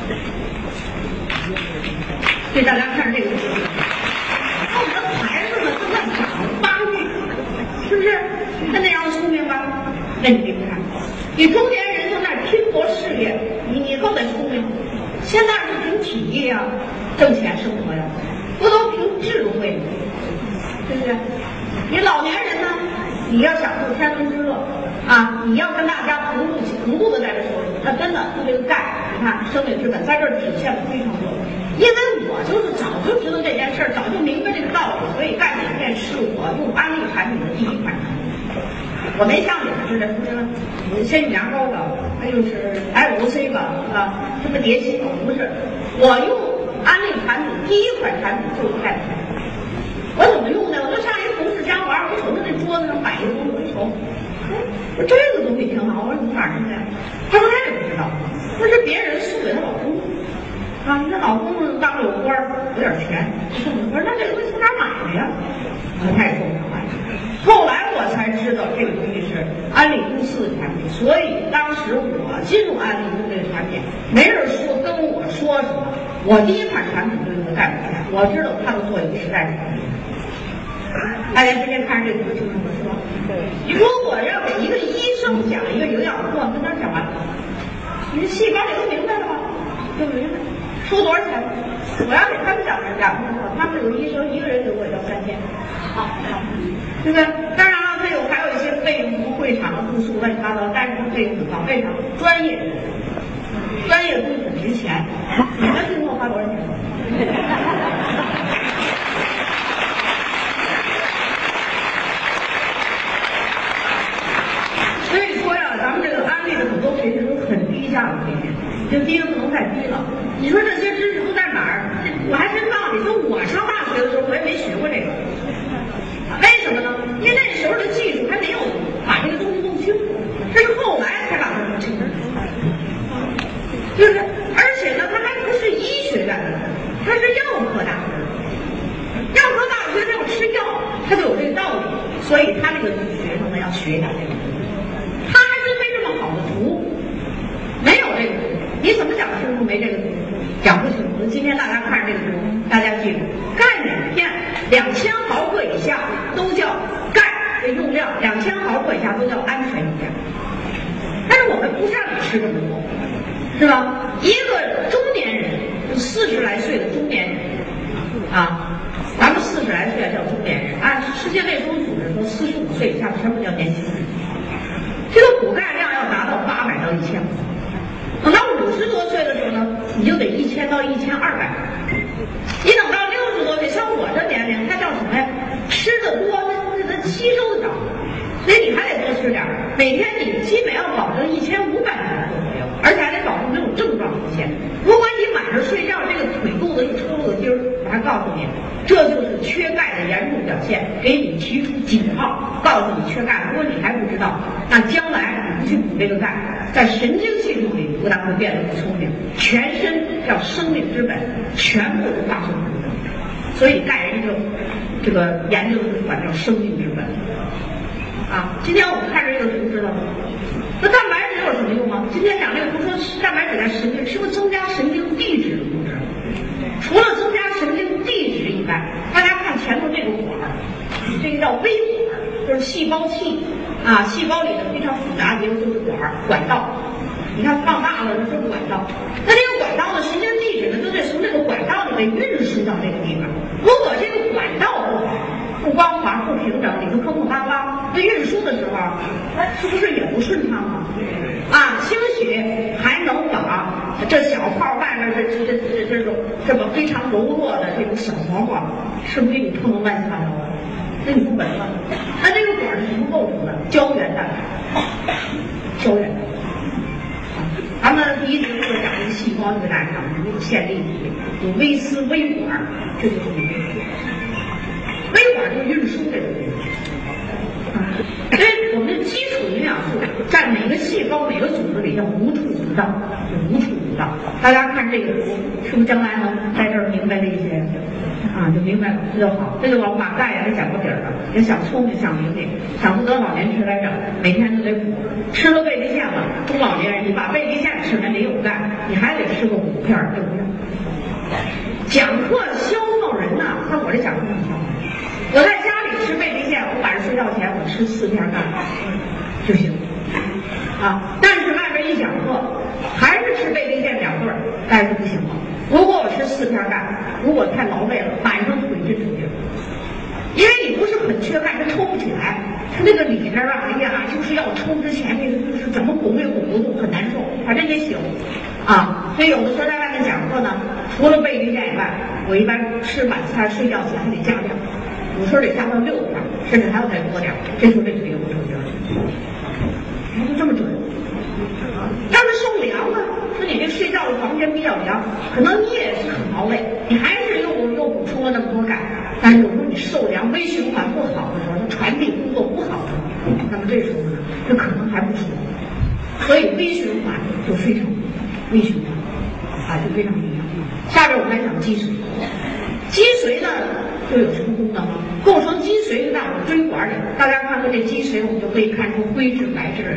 所以大家看这个图，那我们的孩子们正在长发育，是不是？他那样聪明吧？那你别看，你中年人正在拼搏事业，你你更得聪明。现在是凭体力呀，挣钱生活呀，不都凭智慧吗？对不对？你老年人呢，你要享受天伦之乐啊，你要跟大家同步同步的在这说，那真的就这个钙，你看生命之本在这儿体现的非常多。因为我就是早就知道这件事儿，早就明白这个道理，所以钙镁片是我用安利产品的第一款产品。我没像你们似的，什么仙女牙膏吧，还有是 L O C 吧，啊，什么蝶洗吧，不是。我用安利产品第一款产品就是钙镁片。我怎么用的？我就上一同事家玩，我瞅着那桌子上摆一个东西，我一瞅，哎，我说这个东西挺好，我说从哪儿弄的？他说他也不知道，说是别人送给他老公。啊，你看老公当了有官儿，有点钱，我说那这个东西从哪儿买的呀？他也说不上来。后来我才知道这个东西是安利公司的产品，所以当时我进入安利公司的产品，没人说跟我说什么，我第一款产品就是个钙镁片，我知道它的作用实在是很厉害。大家今天看着这图清楚了是吧？如果要给一个医生讲一个营养课，跟他讲完，你细胞里都明白了吧？对不对？收多少钱？我要给他们讲讲课，他们有医生一个人给我要三千，好，对不对？当然了，他有还有一些费用，什么会场的住宿乱七八糟，但是他费用很高，为啥？专业，专业东西很值钱。你们听我花多少钱？所以说呀，咱们这个安利的很多培训都很低价的培训，就低的不能再低了。你说这些知识都在哪儿？我还真告诉你，说我上大学的时候我也没学过这个，为什么呢？因为那时候的技术还没有把这个东西弄清楚，这是后来才把它弄清楚，对不对？而且呢，它还不是医学院的，它是药科大学。药科大学它要吃药，它就有这个道理，所以他这个学生呢要学一下这个。他还真没这么好的图，没有这个图，你怎么讲清楚没这个图？讲不清楚。今天大家看这个图，大家记住，钙镁片两千毫克以下都叫钙的用量，两千毫克以下都叫安全用量。但是我们不让你吃这么多，是吧？一个中年人，就四十来岁的中年人啊，咱们四十来岁叫中年人，按世界卫生组织说，四十五岁以下全部叫年轻人。这个补钙量要达到八百到一千。等到五十多岁的时候呢，你就得一千到一千二百。你等到六十多岁，像我这年龄，它叫什么呀？吃的多，那那吸收的少，所以你还得多吃点。每天你基本要保证一千五百毫克左右，而且还得保证没有症状出现。如果你晚上睡觉这个腿肚子一抽了个筋儿，我还告诉你，这就是缺钙的严重表现，给你提出警号，告诉你缺钙。如果你还不知道，那将来你不去补这个钙，在神经系统里不但会变得不聪明，全身叫生命之本，全部都发生不了。所以钙研究这个研究的管叫生命之本啊。今天我们看这个图知道吗？那蛋白质有什么用啊？今天讲这个图说蛋白质在神经是不是增加神经递质的物质？除了增加神经递质以外，大家看前头这个管儿，这个叫微管，就是细胞器啊，细胞里的非常复杂结构就是管儿管道。你看放大了就是管道，那这个管道的神经递质呢，就得从这个管道里面运输到这个地方。如果这个管道不好，不光滑不平整，里头坑坑洼洼，那运输的时候，它是不是也不顺畅啊？啊，兴许还能把这小泡外面这这这这种这么非常柔弱的这种小毛毛，是不是给你碰得乱七八糟的？那你不稳了？那这个管是什么构成的？胶原咱们第一节课讲这个细胞，给大家讲有线粒体，有微丝、微管，这就是微管。微管就是运输这个东西。啊，所以我们的基础营养素占每个细胞、每个组织里叫无处不到，就无处不到。大家看这个图，是不是将来能在这儿明白这些？啊，就明白了，这就好，这就往马盖也得讲过底儿了。也想聪明，想明白，想不得老年痴呆症，每天都得补，吃了贝利线了。中老年人，你把贝利线吃了，得有钙，你还得吃个五片儿，对不对？讲课消耗人呐、啊，看我这讲课很消耗。我在家里吃贝利线，我晚上睡觉前我吃四片钙就行啊。但是外边一讲课，还是吃贝利线两份，但是不行了。如果我吃四片钙，如果太劳累了，晚上腿真出劲，因为你不是很缺钙，它抽不起来，它那个里边啊，哎呀，就是要抽之前那个就是怎么拱也拱不动，很难受，反正也行啊。所以有的时候在外面讲课呢，除了贝利线以外，我一般吃晚餐睡觉前还得加量，有时候得加到六片，甚至还要再多点，这时候这腿就不抽筋了。还就这么准。要是受凉呢，说你这睡觉的房间比较凉，可能你也是很劳累，你还是又又补充了那么多钙，但是有时候你受凉、微循环不好的时候，它传递工作不好的时候，那么这时候呢，这可能还不舒服。所以微循环就非常微循环啊，就非常重要。下边我们来讲脊髓，脊髓呢就有什么功能？构成脊髓的在我们椎管里，大家看看这脊髓，我们就可以看出灰质、白质。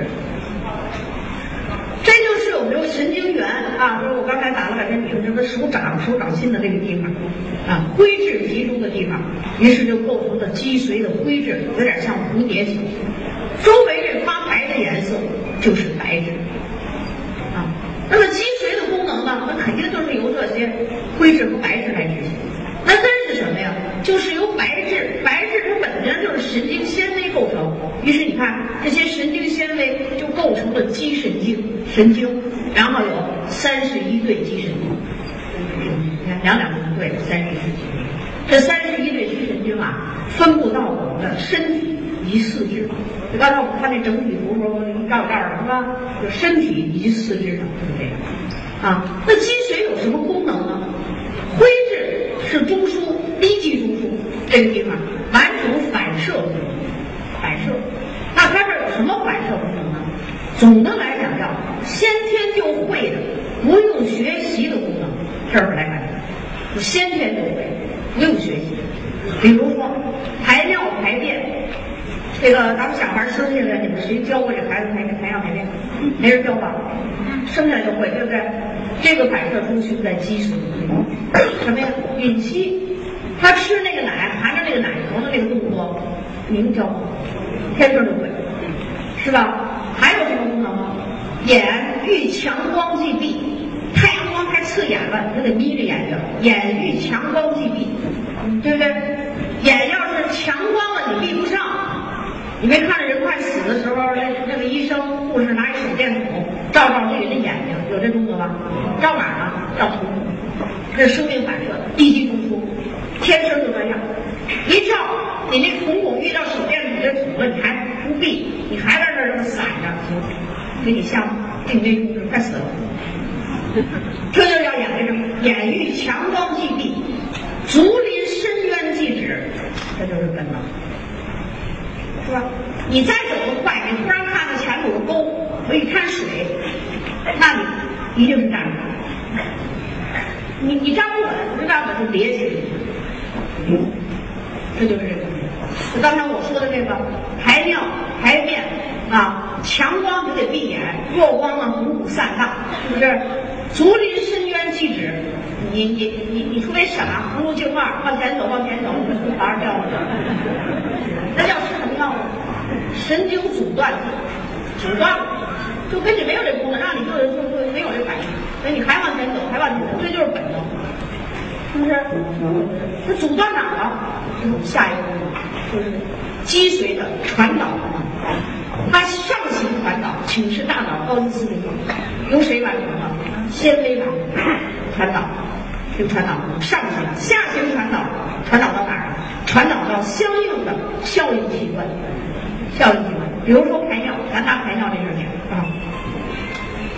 这就是我们这个神经元啊，就是我刚才打了半天比方，这个手掌、手掌心的这个地方啊，灰质集中的地方，于是就构成了脊髓的灰质，有点像蝴蝶形。周围这发白的颜色就是白质啊。那么脊髓的功能呢，那肯定就是由这些灰质和白质来执行。那根是什么呀？就是由白质，白质它本身就是神经纤维构成。于是你看这些神经纤维就构成了肌神经，神经，然后有三十一对肌神经。你看两两不对，三十一对肌神经。这三十一对肌神经啊，分布到我们的身体以及四肢。就刚才我们看那整体图说一照照的是吧？就身体以及四肢上就是这样。啊，那脊髓有什么功能呢？灰质是中枢，低级中枢这个地方完成反射功能，反射。那它这有什么反射功能呢？总的来讲叫先天就会的，不用学习的功能。这儿来看，就先天就会，不用学习。比如说排尿排便，这个咱们小孩生下来，你们谁教过这孩子排排尿排便？没人教吧？生下来就会，对不对？这个反射中心在脊髓里，什么呀？吮吸，他吃那个奶，含着那个奶头的那个动作，你们教过？天生就会，是吧？还有什么功能吗？眼遇强光即闭，太阳光太刺眼了，你就得眯着眼睛。眼遇强光即闭，对不对？眼要是强光了，你闭不上。你没看着人快死的时候，那那个医生、护士拿一手电筒照照这人的眼睛，有这动作吧？照哪儿呢？照瞳孔，这是生命反射，低级中枢，天生就这样。一照，你那瞳孔遇到手电筒这堵了，你还不闭，你还在那儿这么散着，行，给你像定位控制，快死了。这就叫眼为什么？眼遇强光即闭，足临深渊即止，这就是本能。是吧？你再走得快，你突然看到前面有个沟，有一滩水，那你一定是站着。你你站不稳，不站稳就跌起来。嗯，这就是这个。就刚才我说的这个排尿、排便啊，强光就得闭眼，弱光呢五谷散荡，是不是？足临深渊即止。你你你你特别傻，葫芦镜腕，往前走往前走，你从床上掉下去，那叫吃什么药呢？神经阻断剂，阻断了，就跟你没有这功能，让你就就就没有这反应，所以你还往前走，还往前走，这就是本能，是不是？它阻断哪儿了？这是我们下一个功能，就是脊髓的传导功能。它上行传导，请示大脑高级思维由谁完成的？纤维完成传导。这个传导上行，下行传导传导到哪儿？传导到相应的效应器官，效应器官，比如说排尿，咱拿排尿这事儿讲啊。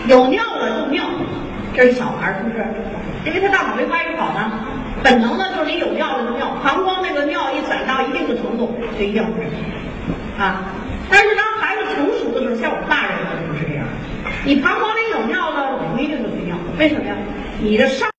有尿了就尿，这是小孩是不是？因为他大脑没发育好呢，本能呢就是你有尿了就尿，膀胱那个尿一攒到一定的程度就一定会啊。但是当孩子成熟的时候，像我们大人可不是这样，你膀胱里有尿了，你不一定就去尿，为什么呀？你的上